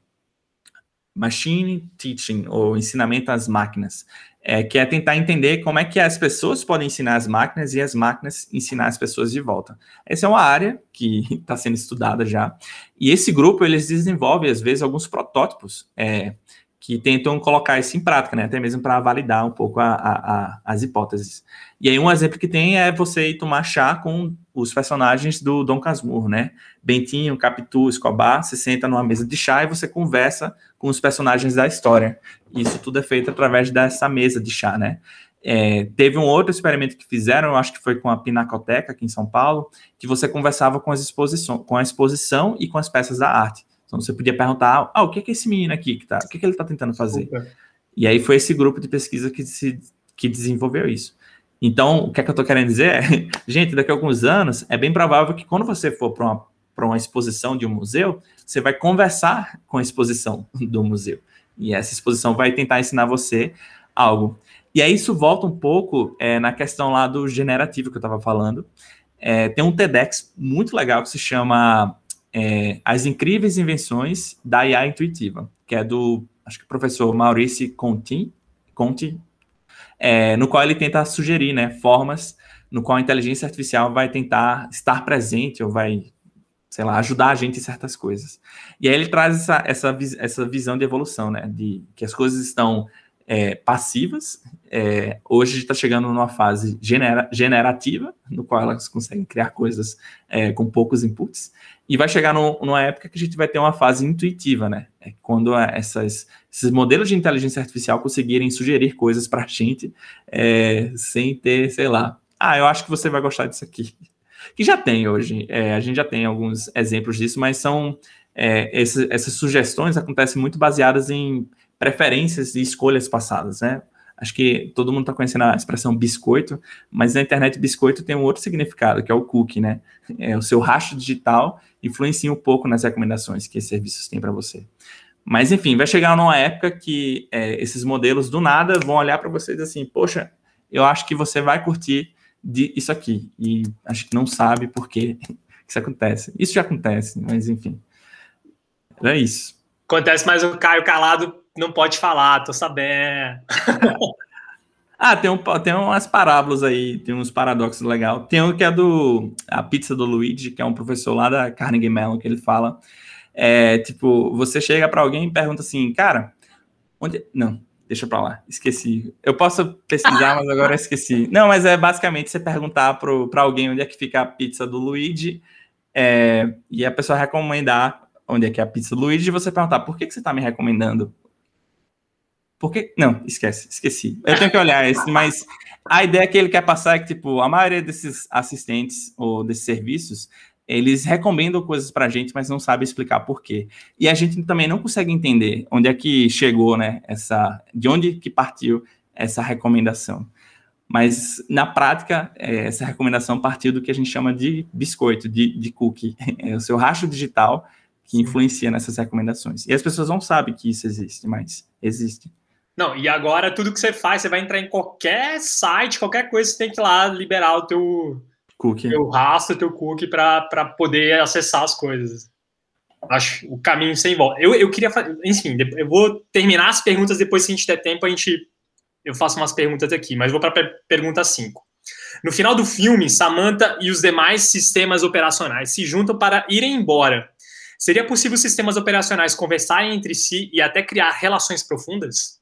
Machine Teaching, ou ensinamento às máquinas, é, que é tentar entender como é que as pessoas podem ensinar as máquinas e as máquinas ensinar as pessoas de volta. Essa é uma área que está sendo estudada já, e esse grupo, eles desenvolvem, às vezes, alguns protótipos, é, que tentam colocar isso em prática, né? Até mesmo para validar um pouco a, a, a, as hipóteses. E aí um exemplo que tem é você ir tomar chá com os personagens do Dom Casmurro, né? Bentinho, Capitu, Escobar, você senta numa mesa de chá e você conversa com os personagens da história. Isso tudo é feito através dessa mesa de chá, né? É, teve um outro experimento que fizeram, eu acho que foi com a Pinacoteca aqui em São Paulo, que você conversava com, as exposições, com a exposição e com as peças da arte. Então você podia perguntar, ah, o que é que esse menino aqui que tá, o que é que ele está tentando fazer? Super. E aí foi esse grupo de pesquisa que, se, que desenvolveu isso. Então, o que é que eu estou querendo dizer é, gente, daqui a alguns anos, é bem provável que quando você for para uma para uma exposição de um museu, você vai conversar com a exposição do museu. E essa exposição vai tentar ensinar você algo. E aí isso volta um pouco é, na questão lá do generativo que eu estava falando. É, tem um TEDx muito legal que se chama é, As Incríveis Invenções da I A Intuitiva, que é do, acho que o professor Maurice Conti, Conti é, no qual ele tenta sugerir, né, formas no qual a inteligência artificial vai tentar estar presente ou vai, sei lá, ajudar a gente em certas coisas. E aí ele traz essa, essa, essa visão de evolução, né, de que as coisas estão é, passivas. É, hoje a gente está chegando numa fase genera, generativa, no qual elas conseguem criar coisas é, com poucos inputs, e vai chegar no, numa época que a gente vai ter uma fase intuitiva, né? É quando essas, esses modelos de inteligência artificial conseguirem sugerir coisas para a gente é, sem ter, sei lá, ah, eu acho que você vai gostar disso aqui. Que já tem hoje, é, a gente já tem alguns exemplos disso, mas são é, esse, essas sugestões acontecem muito baseadas em preferências e escolhas passadas, né? Acho que todo mundo está conhecendo a expressão biscoito, mas na internet biscoito tem um outro significado, que é o cookie, né? É, o seu rastro digital influencia um pouco nas recomendações que esses serviços têm para você. Mas, enfim, vai chegar numa época que é, esses modelos do nada vão olhar para você e dizer assim, poxa, eu acho que você vai curtir de isso aqui. E acho que não sabe por que isso acontece. Isso já acontece, mas, enfim. É isso. Acontece, mas o Caio calado não pode falar, tô sabendo. Ah, tem, um, tem umas parábolas aí, tem uns paradoxos legais. Tem um que é do a pizza do Luigi, que é um professor lá da Carnegie Mellon, que ele fala, é, tipo, você chega para alguém e pergunta assim, cara, onde... Não, deixa pra lá, esqueci. Eu posso pesquisar, mas agora eu esqueci. Não, mas é basicamente você perguntar para alguém onde é que fica a pizza do Luigi, é, e a pessoa recomendar onde é que é a pizza do Luigi, e você perguntar, por que, que você está me recomendando? Porque, não, esquece, esqueci. Eu tenho que olhar esse, mas a ideia que ele quer passar é que, tipo, a maioria desses assistentes ou desses serviços, eles recomendam coisas pra gente, mas não sabem explicar por quê. E a gente também não consegue entender onde é que chegou, né, essa, de onde que partiu essa recomendação. Mas, na prática, é, essa recomendação partiu do que a gente chama de biscoito, de, de cookie. É o seu rastro digital que influencia nessas recomendações. E as pessoas não sabem que isso existe, mas existe. Não, e agora tudo que você faz, você vai entrar em qualquer site, qualquer coisa, você tem que ir lá liberar o teu cookie, teu rastro, teu cookie para poder acessar as coisas. Acho o caminho sem volta. Eu, eu queria fazer, enfim, eu vou terminar as perguntas, depois, se a gente der tempo, a gente, eu faço umas perguntas aqui, mas vou para a pergunta cinco. No final do filme, Samantha e os demais sistemas operacionais se juntam para irem embora. Seria possível os sistemas operacionais conversarem entre si e até criar relações profundas?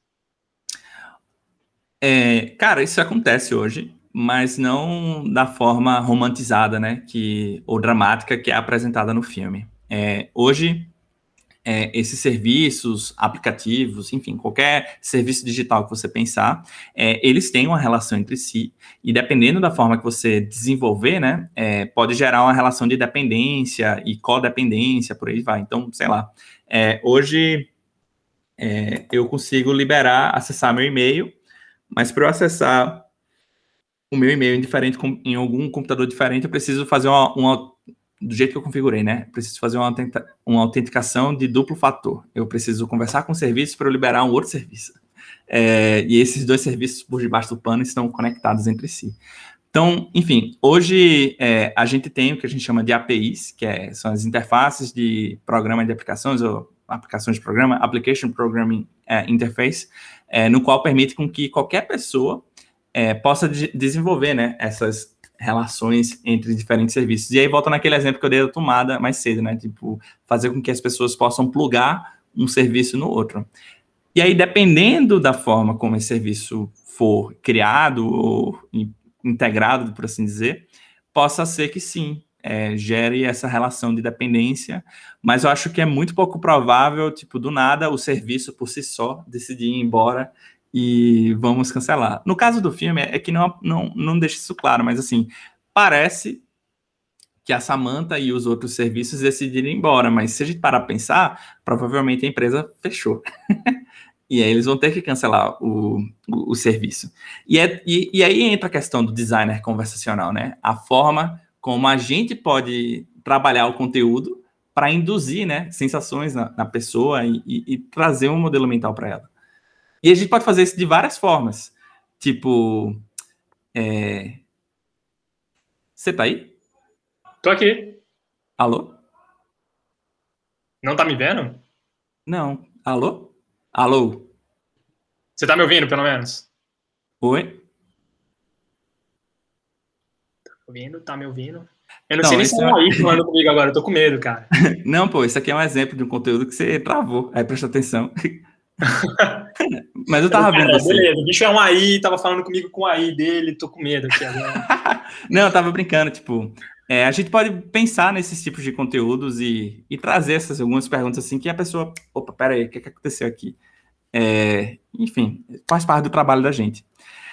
É, cara, isso acontece hoje, mas não da forma romantizada, né, que, ou dramática que é apresentada no filme. É, hoje, é, esses serviços, aplicativos, enfim, qualquer serviço digital que você pensar, é, eles têm uma relação entre si, e dependendo da forma que você desenvolver, né, é, pode gerar uma relação de dependência e codependência, por aí vai. Então, sei lá, é, hoje é, eu consigo liberar, acessar meu e-mail, mas para eu acessar o meu e-mail em, diferente, em algum computador diferente, eu preciso fazer uma, uma do jeito que eu configurei, né? Preciso fazer uma, uma autenticação de duplo fator. Eu preciso conversar com o serviço para eu liberar um outro serviço. É, e esses dois serviços por debaixo do pano estão conectados entre si. Então, enfim, hoje é, a gente tem o que a gente chama de A P Is, que é, são as interfaces de programa de aplicações, ou aplicações de programa, Application Programming é, Interface, é, no qual permite com que qualquer pessoa é, possa de desenvolver, né, essas relações entre diferentes serviços. E aí volta naquele exemplo que eu dei da tomada mais cedo, né, tipo, fazer com que as pessoas possam plugar um serviço no outro. E aí, dependendo da forma como esse serviço for criado ou integrado, por assim dizer, possa ser que sim, é, gere essa relação de dependência, mas eu acho que é muito pouco provável, tipo, do nada, o serviço por si só decidir ir embora e vamos cancelar. No caso do filme, é que não, não, não deixa isso claro, mas assim, parece que a Samantha e os outros serviços decidiram ir embora, mas se a gente parar para pensar, provavelmente a empresa fechou. E aí eles vão ter que cancelar o, o, o serviço. E, é, e, e aí entra a questão do designer conversacional, né? A forma como a gente pode trabalhar o conteúdo para induzir, né, sensações na, na pessoa e, e, e trazer um modelo mental para ela. E a gente pode fazer isso de várias formas. Tipo, é... você tá aí? Tô aqui. Alô? Não tá me vendo? Não. Alô? Alô? Você tá me ouvindo, pelo menos? Oi? Tá me ouvindo? Tá me ouvindo? Eu não, Não, sei nem se esse é é- um aí falando comigo agora, eu tô com medo, cara. Não, pô, isso aqui é um exemplo de um conteúdo que você travou. Aí presta atenção. Mas eu tava vendo Cara, você. beleza, o bicho é um aí, tava falando comigo com o aí dele, tô com medo aqui agora. Não, eu tava brincando, tipo, é, a gente pode pensar nesses tipos de conteúdos e, e trazer essas algumas perguntas assim que a pessoa, opa, pera aí, o que, que aconteceu aqui? É, enfim, faz parte do trabalho da gente.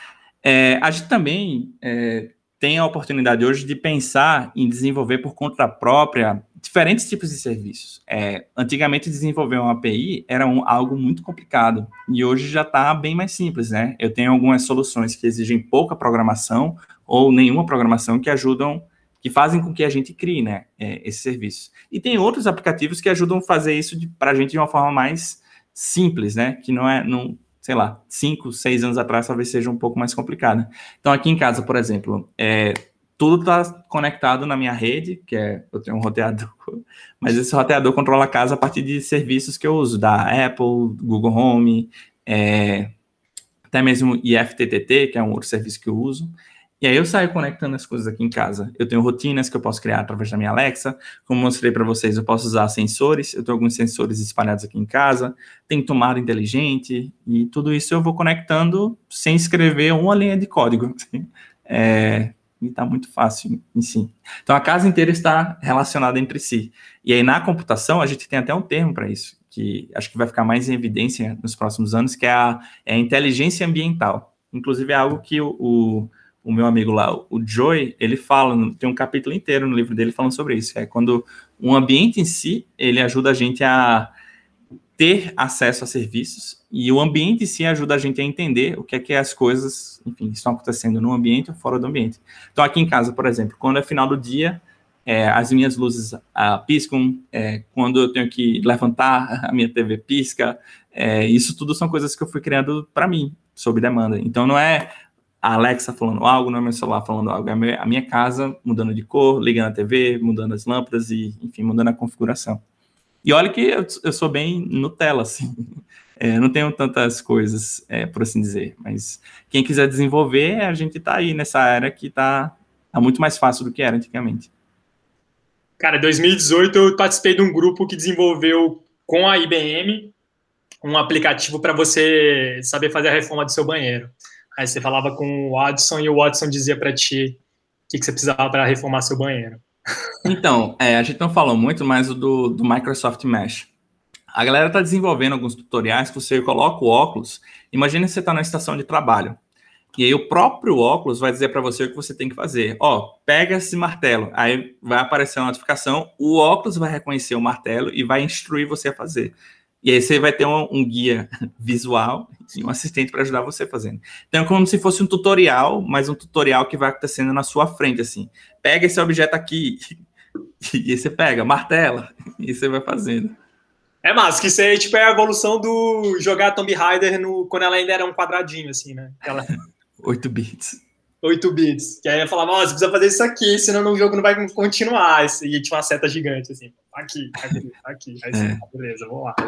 É, a gente também é, tem a oportunidade hoje de pensar em desenvolver por conta própria diferentes tipos de serviços. É, antigamente, desenvolver uma A P I era um, algo muito complicado e hoje já está bem mais simples, né? Eu tenho algumas soluções que exigem pouca programação ou nenhuma programação que ajudam, que fazem com que a gente crie, né, é, esse serviço. E tem outros aplicativos que ajudam a fazer isso para a gente de uma forma mais simples, né? Que não é, não, sei lá, cinco, seis anos atrás talvez seja um pouco mais complicada. Então, aqui em casa, por exemplo, é, tudo está conectado na minha rede, que é, eu tenho um roteador, mas esse roteador controla a casa a partir de serviços que eu uso, da Apple, Google Home, é, até mesmo I F T T T, que é um outro serviço que eu uso. E aí eu saio conectando as coisas aqui em casa. Eu tenho rotinas que eu posso criar através da minha Alexa. Como mostrei para vocês, eu posso usar sensores. Eu tenho alguns sensores espalhados aqui em casa. Tem tomada inteligente. E tudo isso eu vou conectando sem escrever uma linha de código. É, e está muito fácil em si. Então, a casa inteira está relacionada entre si. E aí, na computação, a gente tem até um termo para isso, que acho que vai ficar mais em evidência nos próximos anos, que é a, é a inteligência ambiental. Inclusive, é algo que o... o o meu amigo lá, o Joy, ele fala, tem um capítulo inteiro no livro dele falando sobre isso, é quando o ambiente em si, ele ajuda a gente a ter acesso a serviços, e o ambiente em si ajuda a gente a entender o que é que as coisas, enfim, estão acontecendo no ambiente ou fora do ambiente. Então, aqui em casa, por exemplo, quando é final do dia, é, as minhas luzes ah, piscam, é, quando eu tenho que levantar, a minha T V pisca, é, isso tudo são coisas que eu fui criando para mim, sob demanda. Então, não é a Alexa falando algo, não é meu celular falando algo, é a minha casa mudando de cor, ligando a T V, mudando as lâmpadas e, enfim, mudando a configuração. E olha que eu, eu sou bem Nutella, assim, é, não tenho tantas coisas, é, por assim dizer, mas quem quiser desenvolver, a gente tá aí nessa era que tá, tá muito mais fácil do que era antigamente. Cara, em dois mil e dezoito eu participei de um grupo que desenvolveu com a I B M um aplicativo para você saber fazer a reforma do seu banheiro. Aí você falava com o Watson e o Watson dizia para ti o que, que você precisava para reformar seu banheiro. Então, é, a gente não falou muito, mas o do, do Microsoft Mesh. A galera está desenvolvendo alguns tutoriais que você coloca o óculos. Imagina que você está na estação de trabalho. E aí o próprio óculos vai dizer para você o que você tem que fazer. Ó, pega esse martelo. Aí vai aparecer a notificação, o óculos vai reconhecer o martelo e vai instruir você a fazer. E aí você vai ter um, um guia visual e um assistente para ajudar você fazendo. Então é como se fosse um tutorial, mas um tutorial que vai acontecendo na sua frente, assim. Pega esse objeto aqui, e aí você pega, martela, e você vai fazendo. É massa, que isso aí tipo, é a evolução do jogar Tomb Raider no, quando ela ainda era um quadradinho, assim, né? Aquela... oito bits. oito bits. Que aí eu falava, ó, você precisa fazer isso aqui, senão o jogo não vai continuar. E tinha uma seta gigante, assim. Aqui, aqui, aqui. Aí você, é. Beleza, vamos lá.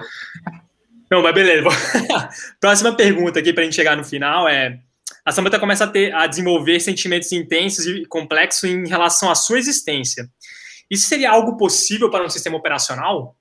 Não, mas beleza. Próxima pergunta aqui pra gente chegar no final é... A Samantha começa a, ter, a desenvolver sentimentos intensos e complexos em relação à sua existência. Isso seria algo possível para um sistema operacional?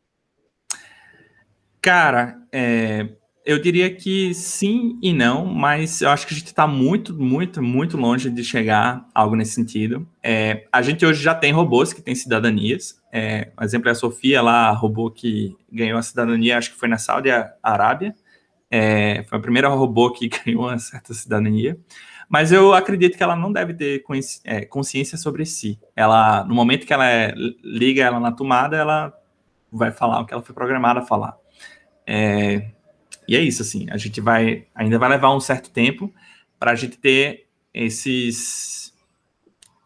Cara, é... eu diria que sim e não, mas eu acho que a gente está muito, muito, muito longe de chegar a algo nesse sentido. É, a gente hoje já tem robôs que têm cidadanias. É, um exemplo é a Sofia, lá, a robô que ganhou a cidadania, acho que foi na Saudi Arábia. É, foi a primeira robô que ganhou uma certa cidadania. Mas eu acredito que ela não deve ter consciência sobre si. Ela, no momento que ela é, liga ela na tomada, ela vai falar o que ela foi programada a falar. É... E é isso, assim, a gente vai, ainda vai levar um certo tempo para a gente ter esses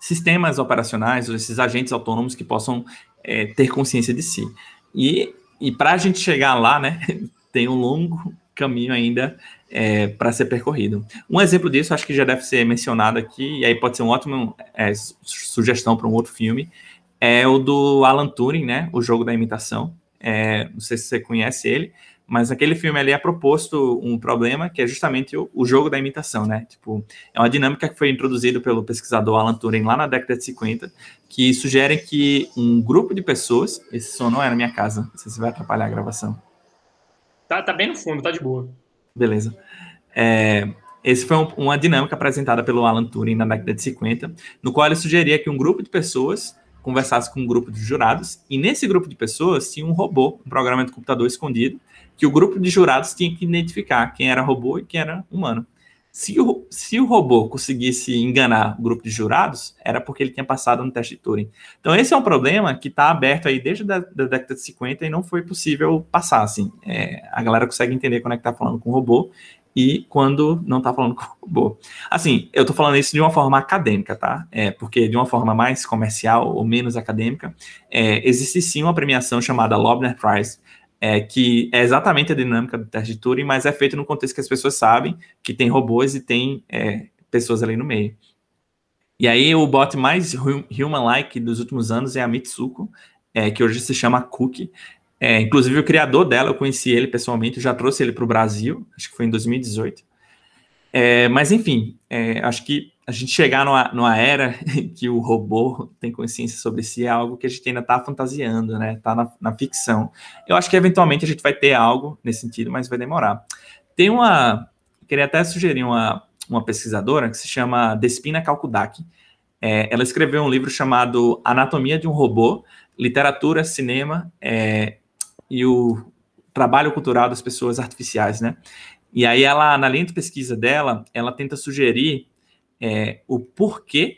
sistemas operacionais, ou esses agentes autônomos que possam é, ter consciência de si. E, e para a gente chegar lá, né, tem um longo caminho ainda é, para ser percorrido. Um exemplo disso, acho que já deve ser mencionado aqui, e aí pode ser uma ótima é, sugestão para um outro filme, é o do Alan Turing, né, O Jogo da Imitação. É, não sei se você conhece ele, mas naquele filme ali é proposto um problema que é justamente o, o jogo da imitação, né? Tipo, é uma dinâmica que foi introduzida pelo pesquisador Alan Turing lá na década de cinquenta, que sugere que um grupo de pessoas... Esse som não é na minha casa, não sei se vai atrapalhar a gravação. Tá, tá bem no fundo, tá de boa. Beleza. É, esse foi um, uma dinâmica apresentada pelo Alan Turing na década de cinquenta, no qual ele sugeria que um grupo de pessoas conversasse com um grupo de jurados, e nesse grupo de pessoas tinha um robô, um programa de computador escondido, que o grupo de jurados tinha que identificar quem era robô e quem era humano. Se o, se o robô conseguisse enganar o grupo de jurados, era porque ele tinha passado no teste de Turing. Então esse é um problema que está aberto aí desde a da década de cinquenta e não foi possível passar, assim. É, a galera consegue entender quando é que está falando com o robô e quando não está falando com o robô. Assim, eu estou falando isso de uma forma acadêmica, tá? É, porque de uma forma mais comercial ou menos acadêmica, é, existe sim uma premiação chamada Loebner Prize, É, que é exatamente a dinâmica do teste de Turing, mas é feito no contexto que as pessoas sabem que tem robôs e tem é, pessoas ali no meio. E aí o bot mais human-like dos últimos anos é a Mitsuko, é, que hoje se chama Cookie. É, inclusive o criador dela, eu conheci ele pessoalmente, eu já trouxe ele para o Brasil, acho que foi em dois mil e dezoito. É, mas enfim, é, acho que a gente chegar numa, numa era que o robô tem consciência sobre si é algo que a gente ainda está fantasiando, né? Está na, na ficção. Eu acho que eventualmente a gente vai ter algo nesse sentido, mas vai demorar. Tem uma... Queria até sugerir uma, uma pesquisadora que se chama Despina Kalkudaki. É, ela escreveu um livro chamado Anatomia de um Robô, Literatura, Cinema é, e o Trabalho Cultural das Pessoas Artificiais, né? E aí ela, na linha de pesquisa dela, ela tenta sugerir é, o porquê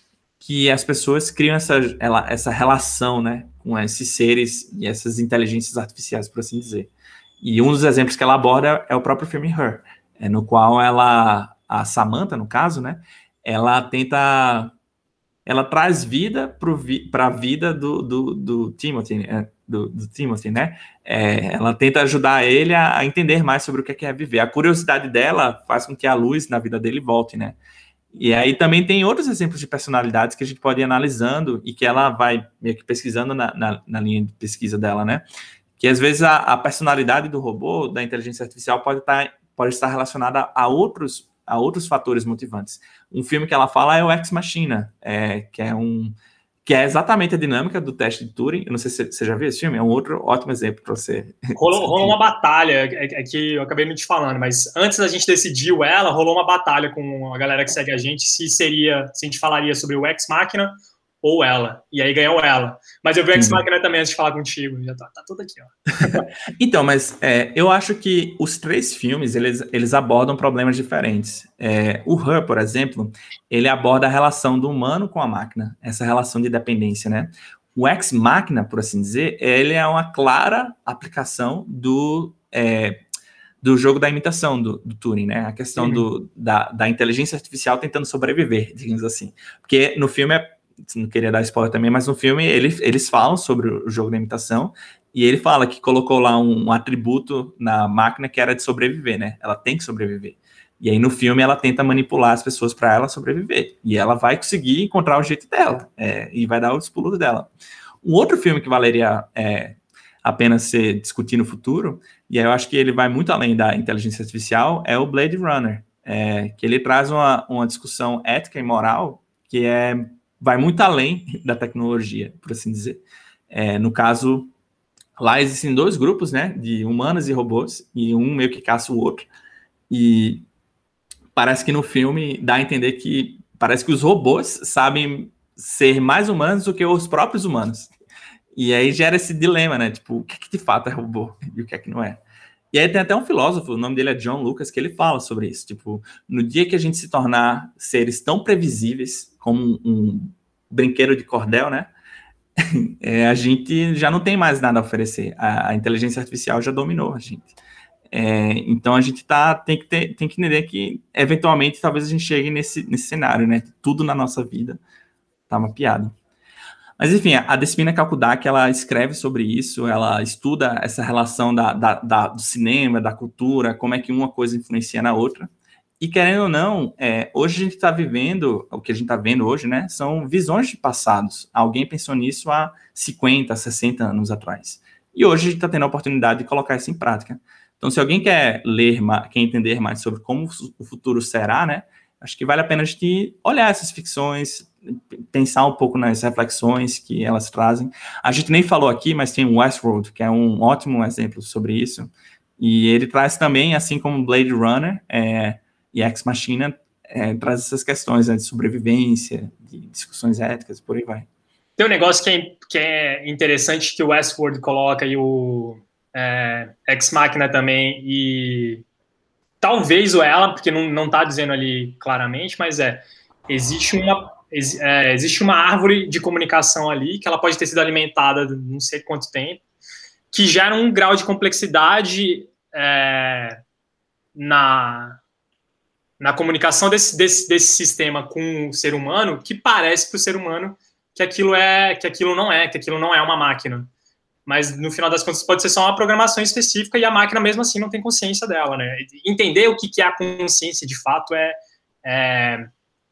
que as pessoas criam essa, ela, essa relação, né, com esses seres e essas inteligências artificiais, por assim dizer. E um dos exemplos que ela aborda é o próprio filme Her, é, no qual ela, a Samantha, no caso, né, ela tenta... Ela traz vida para a vida do, do, do Timothy, é, do, do Timothy, né? É, ela tenta ajudar ele a, a entender mais sobre o que é viver. A curiosidade dela faz com que a luz na vida dele volte, né? E aí também tem outros exemplos de personalidades que a gente pode ir analisando e que ela vai meio que pesquisando na, na, na linha de pesquisa dela, né? Que às vezes a, a personalidade do robô, da inteligência artificial, pode estar, pode estar relacionada a outros a outros fatores motivantes. Um filme que ela fala é o Ex Machina, é, que, é um, que é exatamente a dinâmica do teste de Turing. Eu não sei se você já viu esse filme, é um outro ótimo exemplo para você. Rolou, rolou uma batalha, é, é que eu acabei não te falando, mas antes da gente decidir o ela, rolou uma batalha com a galera que segue a gente, se seria, se a gente falaria sobre o Ex Machina ou ela, e aí ganhou ela. Mas eu vi o Ex Machina também antes de falar contigo, já tá, tá tudo aqui, ó. Então, mas é, eu acho que os três filmes, eles, eles abordam problemas diferentes. É, o Her, por exemplo, ele aborda a relação do humano com a máquina, essa relação de dependência, né? O Ex Machina, por assim dizer, ele é uma clara aplicação do... É, do jogo da imitação do, do Turing, né? A questão uhum. do, da, da inteligência artificial tentando sobreviver, digamos assim. Porque no filme é não queria dar spoiler também, mas no filme ele, eles falam sobre o jogo da imitação e ele fala que colocou lá um, um atributo na máquina que era de sobreviver, né? Ela tem que sobreviver. E aí no filme ela tenta manipular as pessoas para ela sobreviver. E ela vai conseguir encontrar o jeito dela é, e vai dar os pulos dela. Um outro filme que valeria é, apenas ser discutir no futuro, e aí eu acho que ele vai muito além da inteligência artificial, é o Blade Runner, é, que ele traz uma, uma discussão ética e moral que é vai muito além da tecnologia, por assim dizer. É, no caso, lá existem dois grupos, né, de humanos e robôs, e um meio que caça o outro, e parece que no filme dá a entender que parece que os robôs sabem ser mais humanos do que os próprios humanos. E aí gera esse dilema, né, tipo, o que, é que de fato é robô e o que é que não é. E aí tem até um filósofo, o nome dele é John Lucas, que ele fala sobre isso, tipo, no dia que a gente se tornar seres tão previsíveis como um, um brinquedo de cordel, né, é, a gente já não tem mais nada a oferecer, a, a inteligência artificial já dominou a gente. É, então a gente tá, tem, que ter, tem que entender que, eventualmente, talvez a gente chegue nesse, nesse cenário, né, tudo na nossa vida tá mapeado. Mas, enfim, a Despina Kalkudak, ela escreve sobre isso, ela estuda essa relação da, da, da, do cinema, da cultura, como é que uma coisa influencia na outra. E, querendo ou não, é, hoje a gente está vivendo, o que a gente está vendo hoje, né, são visões de passados. Alguém pensou nisso há cinquenta, sessenta anos atrás. E hoje a gente está tendo a oportunidade de colocar isso em prática. Então, se alguém quer ler, quer entender mais sobre como o futuro será, né, acho que vale a pena a gente olhar essas ficções, pensar um pouco nas reflexões que elas trazem. A gente nem falou aqui, mas tem o Westworld, que é um ótimo exemplo sobre isso. E ele traz também, assim como Blade Runner é, e Ex Machina, é, traz essas questões, né, de sobrevivência, de discussões éticas, por aí vai. Tem um negócio que é, que é interessante que o Westworld coloca e o é, Ex Machina também, e talvez o ela, porque não, não tá dizendo ali claramente, mas é, existe uma, ex, é, existe uma árvore de comunicação ali, que ela pode ter sido alimentada não sei quanto tempo, que gera um grau de complexidade é, na, na comunicação desse, desse, desse sistema com o ser humano, que parece para o ser humano que aquilo, é, que aquilo não é, que aquilo não é uma máquina. Mas, no final das contas, pode ser só uma programação específica e a máquina, mesmo assim, não tem consciência dela, né? Entender o que é a consciência, de fato, é, é,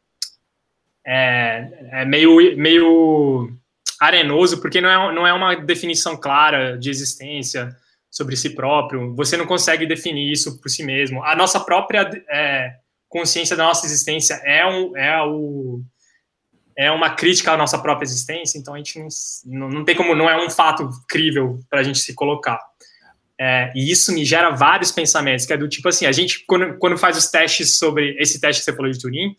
é, é meio, meio arenoso, porque não é, não é uma definição clara de existência sobre si próprio. Você não consegue definir isso por si mesmo. A nossa própria é, consciência da nossa existência é, um, é o... é uma crítica à nossa própria existência, então a gente não, não tem como, não é um fato crível para a gente se colocar. É, e isso me gera vários pensamentos, que é do tipo assim, a gente, quando, quando faz os testes sobre, esse teste que você falou de Turing,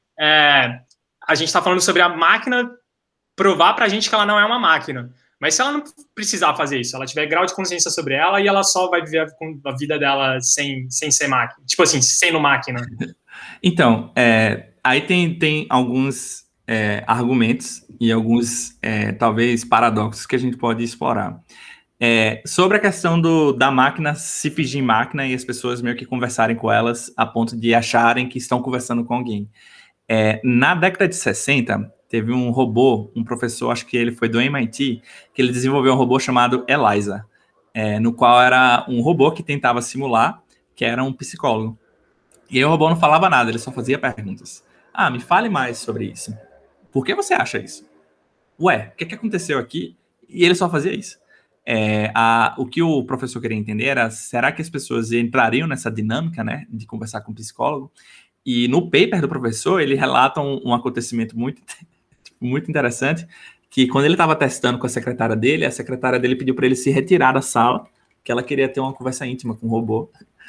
é, a gente está falando sobre a máquina provar para a gente que ela não é uma máquina. Mas se ela não precisar fazer isso, ela tiver grau de consciência sobre ela e ela só vai viver a vida dela sem, sem ser máquina. Tipo assim, sendo máquina. Então, é, aí tem, tem alguns... É, argumentos e alguns, é, talvez, paradoxos que a gente pode explorar. É, sobre a questão do, da máquina se fingir máquina e as pessoas meio que conversarem com elas a ponto de acharem que estão conversando com alguém. É, na década de sessenta, teve um robô, um professor, acho que ele foi do M I T, que ele desenvolveu um robô chamado Eliza, é, no qual era um robô que tentava simular que era um psicólogo. E aí o robô não falava nada, ele só fazia perguntas. Ah, me fale mais sobre isso. Por que você acha isso? Ué, o que, que aconteceu aqui? E ele só fazia isso. É, a, o que o professor queria entender era, será que as pessoas entrariam nessa dinâmica, né, de conversar com o psicólogo? E no paper do professor, ele relata um, um acontecimento muito, muito interessante, que quando ele estava testando com a secretária dele, a secretária dele pediu para ele se retirar da sala, que ela queria ter uma conversa íntima com o robô.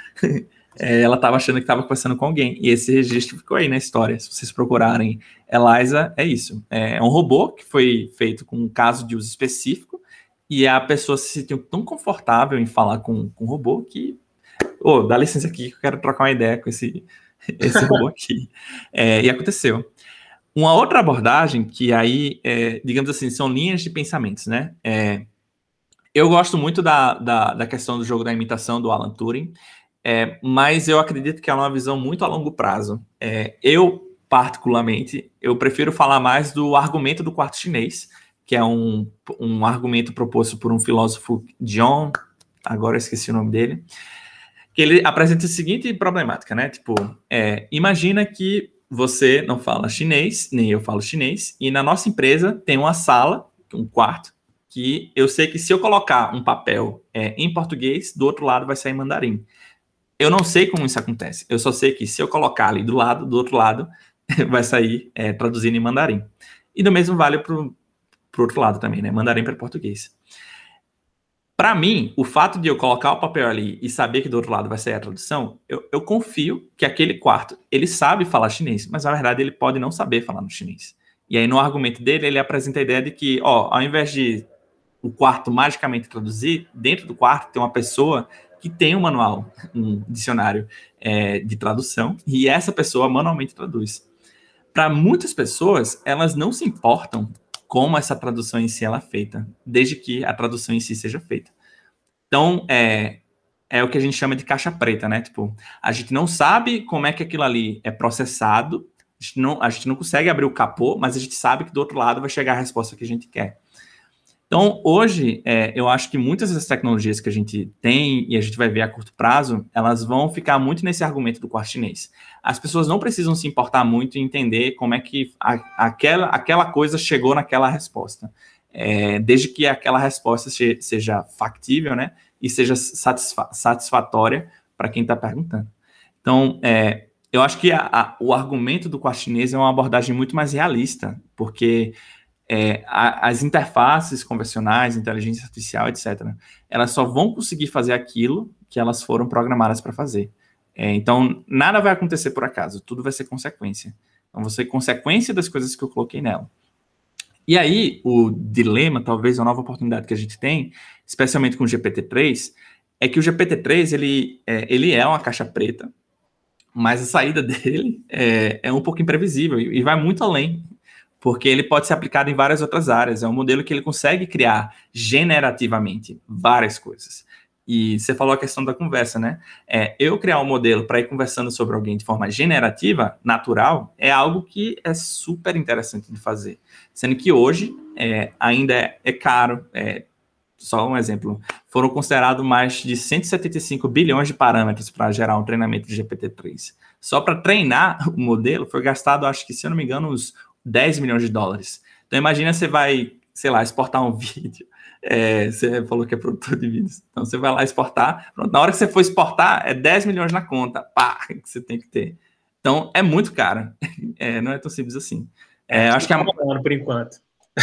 É, ela estava achando que estava conversando com alguém. E esse registro ficou aí na história. Se vocês procurarem Eliza, é isso. É um robô que foi feito com um caso de uso específico e a pessoa se sentiu tão confortável em falar com, com o robô que... Ô, oh, dá licença aqui que eu quero trocar uma ideia com esse, esse robô aqui. É, e aconteceu. Uma outra abordagem que aí, é, digamos assim, são linhas de pensamentos, né? É, eu gosto muito da, da, da questão do jogo da imitação do Alan Turing, É, mas eu acredito que é uma visão muito a longo prazo. É, eu, particularmente, eu prefiro falar mais do argumento do quarto chinês, que é um, um argumento proposto por um filósofo John, agora eu esqueci o nome dele, que ele apresenta a seguinte problemática, né? Tipo, é, imagina que você não fala chinês, nem eu falo chinês, e na nossa empresa tem uma sala, um quarto, que eu sei que se eu colocar um papel é, em português, do outro lado vai sair mandarim. Eu não sei como isso acontece. Eu só sei que se eu colocar ali do lado, do outro lado, vai sair é, traduzindo em mandarim. E do mesmo vale para o outro lado também, né? Mandarim para português. Para mim, o fato de eu colocar o papel ali e saber que do outro lado vai sair a tradução, eu, eu confio que aquele quarto, ele sabe falar chinês, mas na verdade ele pode não saber falar no chinês. E aí no argumento dele, ele apresenta a ideia de que, ó, ao invés de o quarto magicamente traduzir, dentro do quarto tem uma pessoa que tem um manual, um dicionário é, de tradução, e essa pessoa manualmente traduz. Para muitas pessoas, elas não se importam como essa tradução em si ela é feita, desde que a tradução em si seja feita. Então, é, é o que a gente chama de caixa preta, né? Tipo, a gente não sabe como é que aquilo ali é processado, A gente, não, a gente não consegue abrir o capô, mas a gente sabe que do outro lado vai chegar a resposta que a gente quer. Então, hoje, é, eu acho que muitas das tecnologias que a gente tem e a gente vai ver a curto prazo, elas vão ficar muito nesse argumento do quarto chinês. As pessoas não precisam se importar muito em entender como é que a, aquela, aquela coisa chegou naquela resposta. É, desde que aquela resposta se, seja factível, né, e seja satisfa satisfatória para quem está perguntando. Então, é, eu acho que a, a, o argumento do quarto chinês é uma abordagem muito mais realista, porque é, a, as interfaces convencionais, inteligência artificial, etcétera, elas só vão conseguir fazer aquilo que elas foram programadas para fazer. É, então, nada vai acontecer por acaso, tudo vai ser consequência. Então, vai ser consequência das coisas que eu coloquei nela. E aí, o dilema, talvez a nova oportunidade que a gente tem, especialmente com o G P T três, é que o G P T três, ele é, ele é uma caixa preta, mas a saída dele é, é um pouco imprevisível e, e vai muito além, porque ele pode ser aplicado em várias outras áreas. É um modelo que ele consegue criar generativamente várias coisas. E você falou a questão da conversa, né? É, eu criar um modelo para ir conversando sobre alguém de forma generativa, natural, é algo que é super interessante de fazer. Sendo que hoje é, ainda é, é caro. É, só um exemplo. Foram considerados mais de cento e setenta e cinco bilhões de parâmetros para gerar um treinamento de G P T três. Só para treinar o modelo foi gastado, acho que, se eu não me engano, uns dez milhões de dólares. Então, imagina, você vai, sei lá, exportar um vídeo. É, você falou que é produtor de vídeos. Então, você vai lá exportar. Pronto, na hora que você for exportar, é dez milhões na conta. Pá, que você tem que ter. Então, é muito caro. É, não é tão simples assim. É, acho que é... Por enquanto.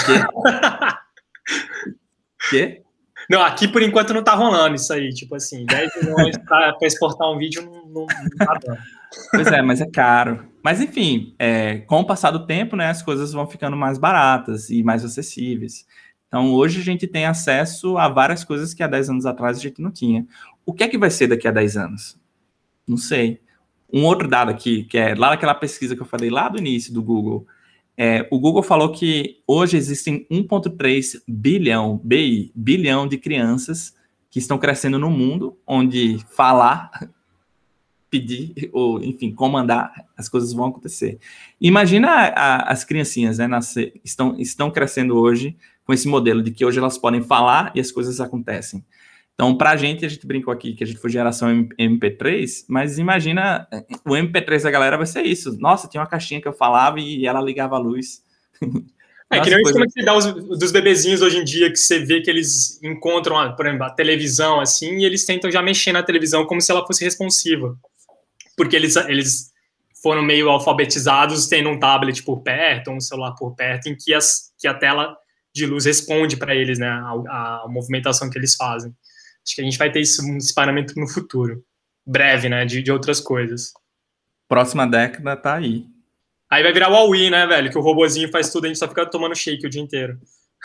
Quê? Quê? Não, aqui por enquanto não tá rolando isso aí. Tipo assim, dez milhões para exportar um vídeo não, não, não tá dando. Pois é, mas é caro. Mas, enfim, é, com o passar do tempo, né, as coisas vão ficando mais baratas e mais acessíveis. Então, hoje a gente tem acesso a várias coisas que há dez anos atrás a gente não tinha. O que é que vai ser daqui a dez anos? Não sei. Um outro dado aqui, que é lá naquela pesquisa que eu falei lá do início do Google, é, o Google falou que hoje existem um vírgula três bilhão, B I, bilhão de crianças que estão crescendo no mundo, onde falar, pedir, ou, enfim, comandar, as coisas vão acontecer. Imagina a, a, as criancinhas, né, nascer, estão, estão crescendo hoje com esse modelo de que hoje elas podem falar e as coisas acontecem. Então, para a gente, a gente brincou aqui que a gente foi geração M P três, mas imagina, o M P três da galera vai ser isso. Nossa, tinha uma caixinha que eu falava e ela ligava a luz. É que nem como que dá os, dos bebezinhos hoje em dia, que você vê que eles encontram, por exemplo, a televisão, assim, e eles tentam já mexer na televisão como se ela fosse responsiva. Porque eles, eles foram meio alfabetizados, tendo um tablet por perto, um celular por perto, em que, as, que a tela de luz responde para eles, né, a, a movimentação que eles fazem. Acho que a gente vai ter esse, esse parâmetro no futuro. Breve, né, de, de outras coisas. Próxima década tá aí. Aí vai virar o Huawei, né, velho, que o robozinho faz tudo, a gente só fica tomando shake o dia inteiro.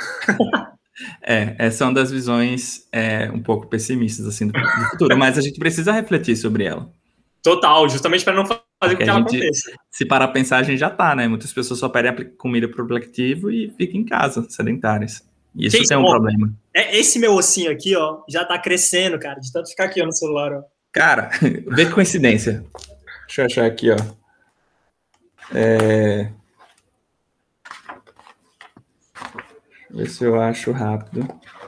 É, essa é uma das visões é, um pouco pessimistas, assim, do, do futuro, mas a gente precisa refletir sobre ela. Total, justamente para não fazer com que ela gente, aconteça. Se parar a pensar, a gente já tá, né? Muitas pessoas só pedem comida pro aplicativo e ficam em casa, sedentárias. E isso Gente, tem um ó, problema. É, esse meu ossinho aqui, ó, já tá crescendo, cara, de tanto ficar aqui ó, no celular, ó. Cara, vê que coincidência. Deixa eu achar aqui, ó. É... Ver se eu acho rápido.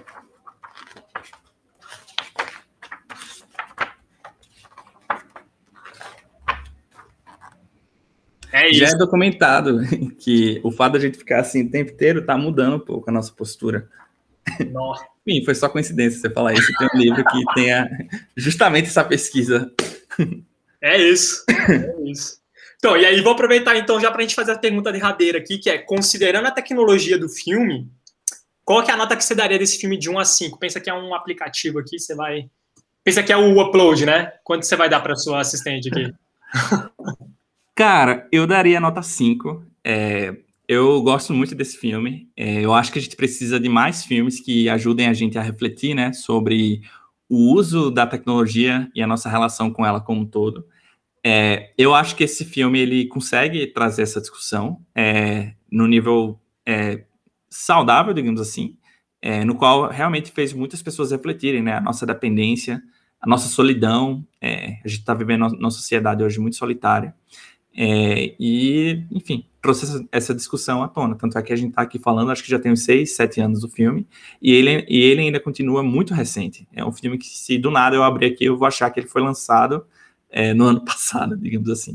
É isso. Já é documentado que o fato da gente ficar assim o tempo inteiro tá mudando um pouco a nossa postura. Nossa. Enfim, foi só coincidência você falar isso. Tem um livro que tenha justamente essa pesquisa. É isso. É isso. Então, e aí vou aproveitar então já pra gente fazer a pergunta derradeira aqui, que é, considerando a tecnologia do filme, qual que é a nota que você daria desse filme de um a cinco? Pensa que é um aplicativo aqui, você vai... Pensa que é o upload, né? Quanto você vai dar pra sua assistente aqui? Cara, eu daria nota cinco. É, eu gosto muito desse filme. É, eu acho que a gente precisa de mais filmes que ajudem a gente a refletir, né, sobre o uso da tecnologia e a nossa relação com ela como um todo. É, eu acho que esse filme ele consegue trazer essa discussão é, no nível é, saudável, digamos assim, é, no qual realmente fez muitas pessoas refletirem, né, a nossa dependência, a nossa solidão. É, a gente está vivendo numa sociedade hoje muito solitária. É, e, enfim, trouxe essa, essa discussão à tona. Tanto é que a gente está aqui falando, acho que já tem uns seis, sete anos do filme, e ele, e ele ainda continua muito recente. É um filme que, se do nada eu abrir aqui, eu vou achar que ele foi lançado é, no ano passado, digamos assim.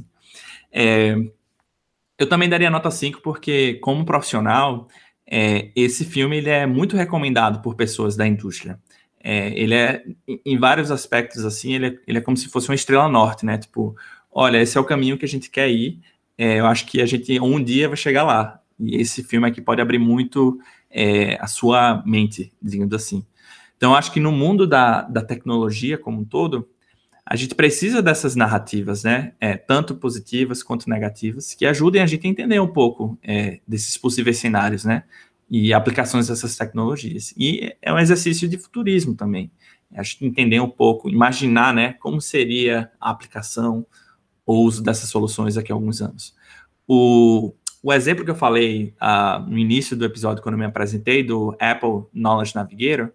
É, eu também daria nota cinco, porque, como profissional, é, esse filme ele é muito recomendado por pessoas da indústria. É, ele é, em vários aspectos, assim, ele é, ele é como se fosse uma estrela norte, né? Tipo, olha, esse é o caminho que a gente quer ir, é, eu acho que a gente um dia vai chegar lá. E esse filme aqui pode abrir muito é, a sua mente, digamos assim. Então, eu acho que no mundo da, da tecnologia como um todo, a gente precisa dessas narrativas, né? É, tanto positivas quanto negativas, que ajudem a gente a entender um pouco é, desses possíveis cenários, né? E aplicações dessas tecnologias. E é um exercício de futurismo também. Acho que entender um pouco, imaginar, né, como seria a aplicação ou uso dessas soluções daqui a alguns anos. O, o exemplo que eu falei uh, no início do episódio, quando eu me apresentei, do Apple Knowledge Navigator,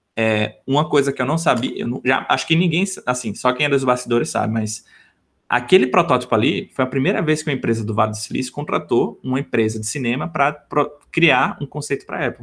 é uma coisa que eu não sabia, eu não, já, acho que ninguém, assim, só quem é dos bastidores sabe, mas aquele protótipo ali foi a primeira vez que uma empresa do Vale do Silício contratou uma empresa de cinema para criar um conceito para a Apple.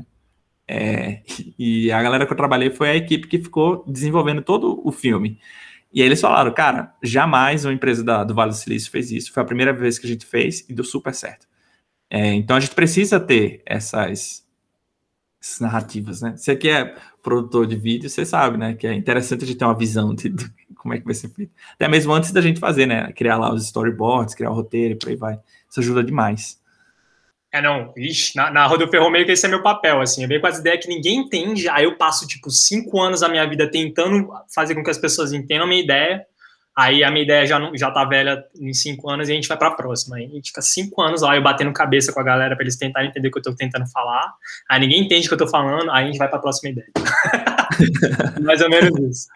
É, e a galera que eu trabalhei foi a equipe que ficou desenvolvendo todo o filme. E aí eles falaram, cara, jamais uma empresa da, do Vale do Silício fez isso. Foi a primeira vez que a gente fez e deu super certo. É, então a gente precisa ter essas, essas narrativas, né? Você que é produtor de vídeo, você sabe, né? Que é interessante a gente ter uma visão de, de como é que vai ser feito. Até mesmo antes da gente fazer, né? Criar lá os storyboards, criar o roteiro e por aí vai. Isso ajuda demais. É, não, ixi, na, na Roda Ferro meio que esse é meu papel, assim, eu venho com as ideias que ninguém entende, aí eu passo, tipo, cinco anos da minha vida tentando fazer com que as pessoas entendam a minha ideia, aí a minha ideia já, não, já tá velha em cinco anos e a gente vai pra próxima, aí a gente fica cinco anos lá, eu batendo cabeça com a galera pra eles tentarem entender o que eu tô tentando falar, aí ninguém entende o que eu tô falando, aí a gente vai pra próxima ideia. Mais ou menos isso.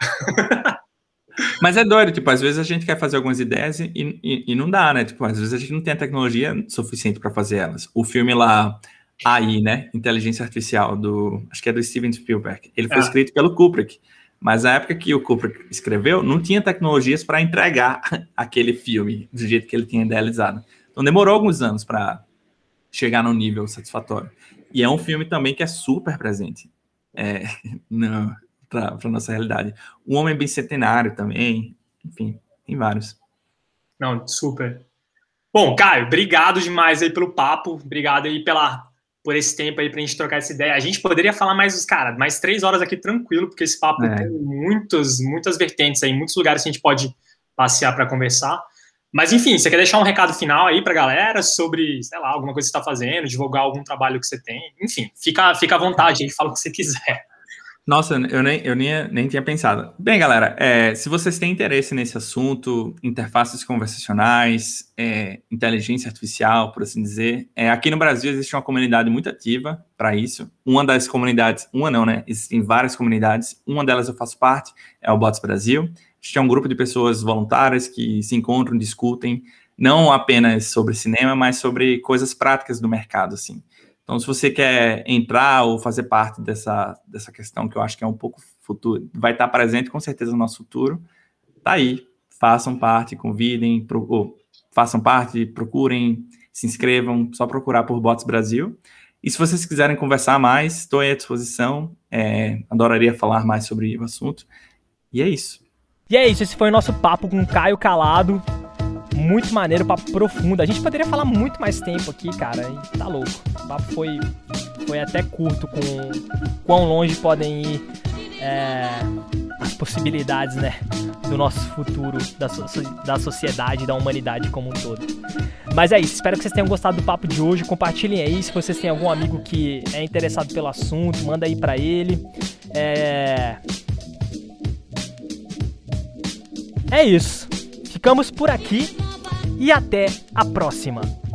Mas é doido, tipo, às vezes a gente quer fazer algumas ideias e, e, e não dá, né? Tipo, às vezes a gente não tem a tecnologia suficiente para fazer elas. O filme lá, A I, né? Inteligência Artificial, do, acho que é do Steven Spielberg. Ele foi ah. escrito pelo Kubrick. Mas na época que o Kubrick escreveu, não tinha tecnologias para entregar aquele filme do jeito que ele tinha idealizado. Então demorou alguns anos para chegar num nível satisfatório. E é um filme também que é super presente. É, não... para a nossa realidade. O Homem Bicentenário também, enfim, tem vários. Não, super. Bom, Caio, obrigado demais aí pelo papo, obrigado aí pela, por esse tempo aí pra gente trocar essa ideia. A gente poderia falar mais, cara, mais três horas aqui tranquilo, porque esse papo é. tem muitas, muitas vertentes aí, muitos lugares que a gente pode passear para conversar. Mas, enfim, você quer deixar um recado final aí pra galera sobre, sei lá, alguma coisa que você tá fazendo, divulgar algum trabalho que você tem? Enfim, fica, fica à vontade aí, fala o que você quiser. Nossa, eu nem, eu nem, nem tinha pensado. Bem, galera, é, se vocês têm interesse nesse assunto, interfaces conversacionais, é, inteligência artificial, por assim dizer, é, aqui no Brasil existe uma comunidade muito ativa para isso. Uma das comunidades, uma não, né? Existem várias comunidades. Uma delas eu faço parte, é o Bots Brasil. A gente é um grupo de pessoas voluntárias que se encontram, discutem, não apenas sobre cinema, mas sobre coisas práticas do mercado, assim. Então, se você quer entrar ou fazer parte dessa, dessa questão, que eu acho que é um pouco futuro, vai estar presente com certeza no nosso futuro, tá aí. Façam parte, convidem, pro, ou, façam parte, procurem, se inscrevam, só procurar por Bots Brasil. E se vocês quiserem conversar mais, estou aí à disposição. É, adoraria falar mais sobre o assunto. E é isso. E é isso, esse foi o nosso papo com o Caio Calado. Muito maneiro, papo profundo. A gente poderia falar muito mais tempo aqui, cara, e tá louco. O papo foi, foi até curto com quão longe podem ir é, as possibilidades, né, do nosso futuro, da, so, da sociedade, da humanidade como um todo. Mas é isso, espero que vocês tenham gostado do papo de hoje. Compartilhem aí, se vocês têm algum amigo que é interessado pelo assunto, manda aí pra ele. É, é isso. Ficamos por aqui e até a próxima.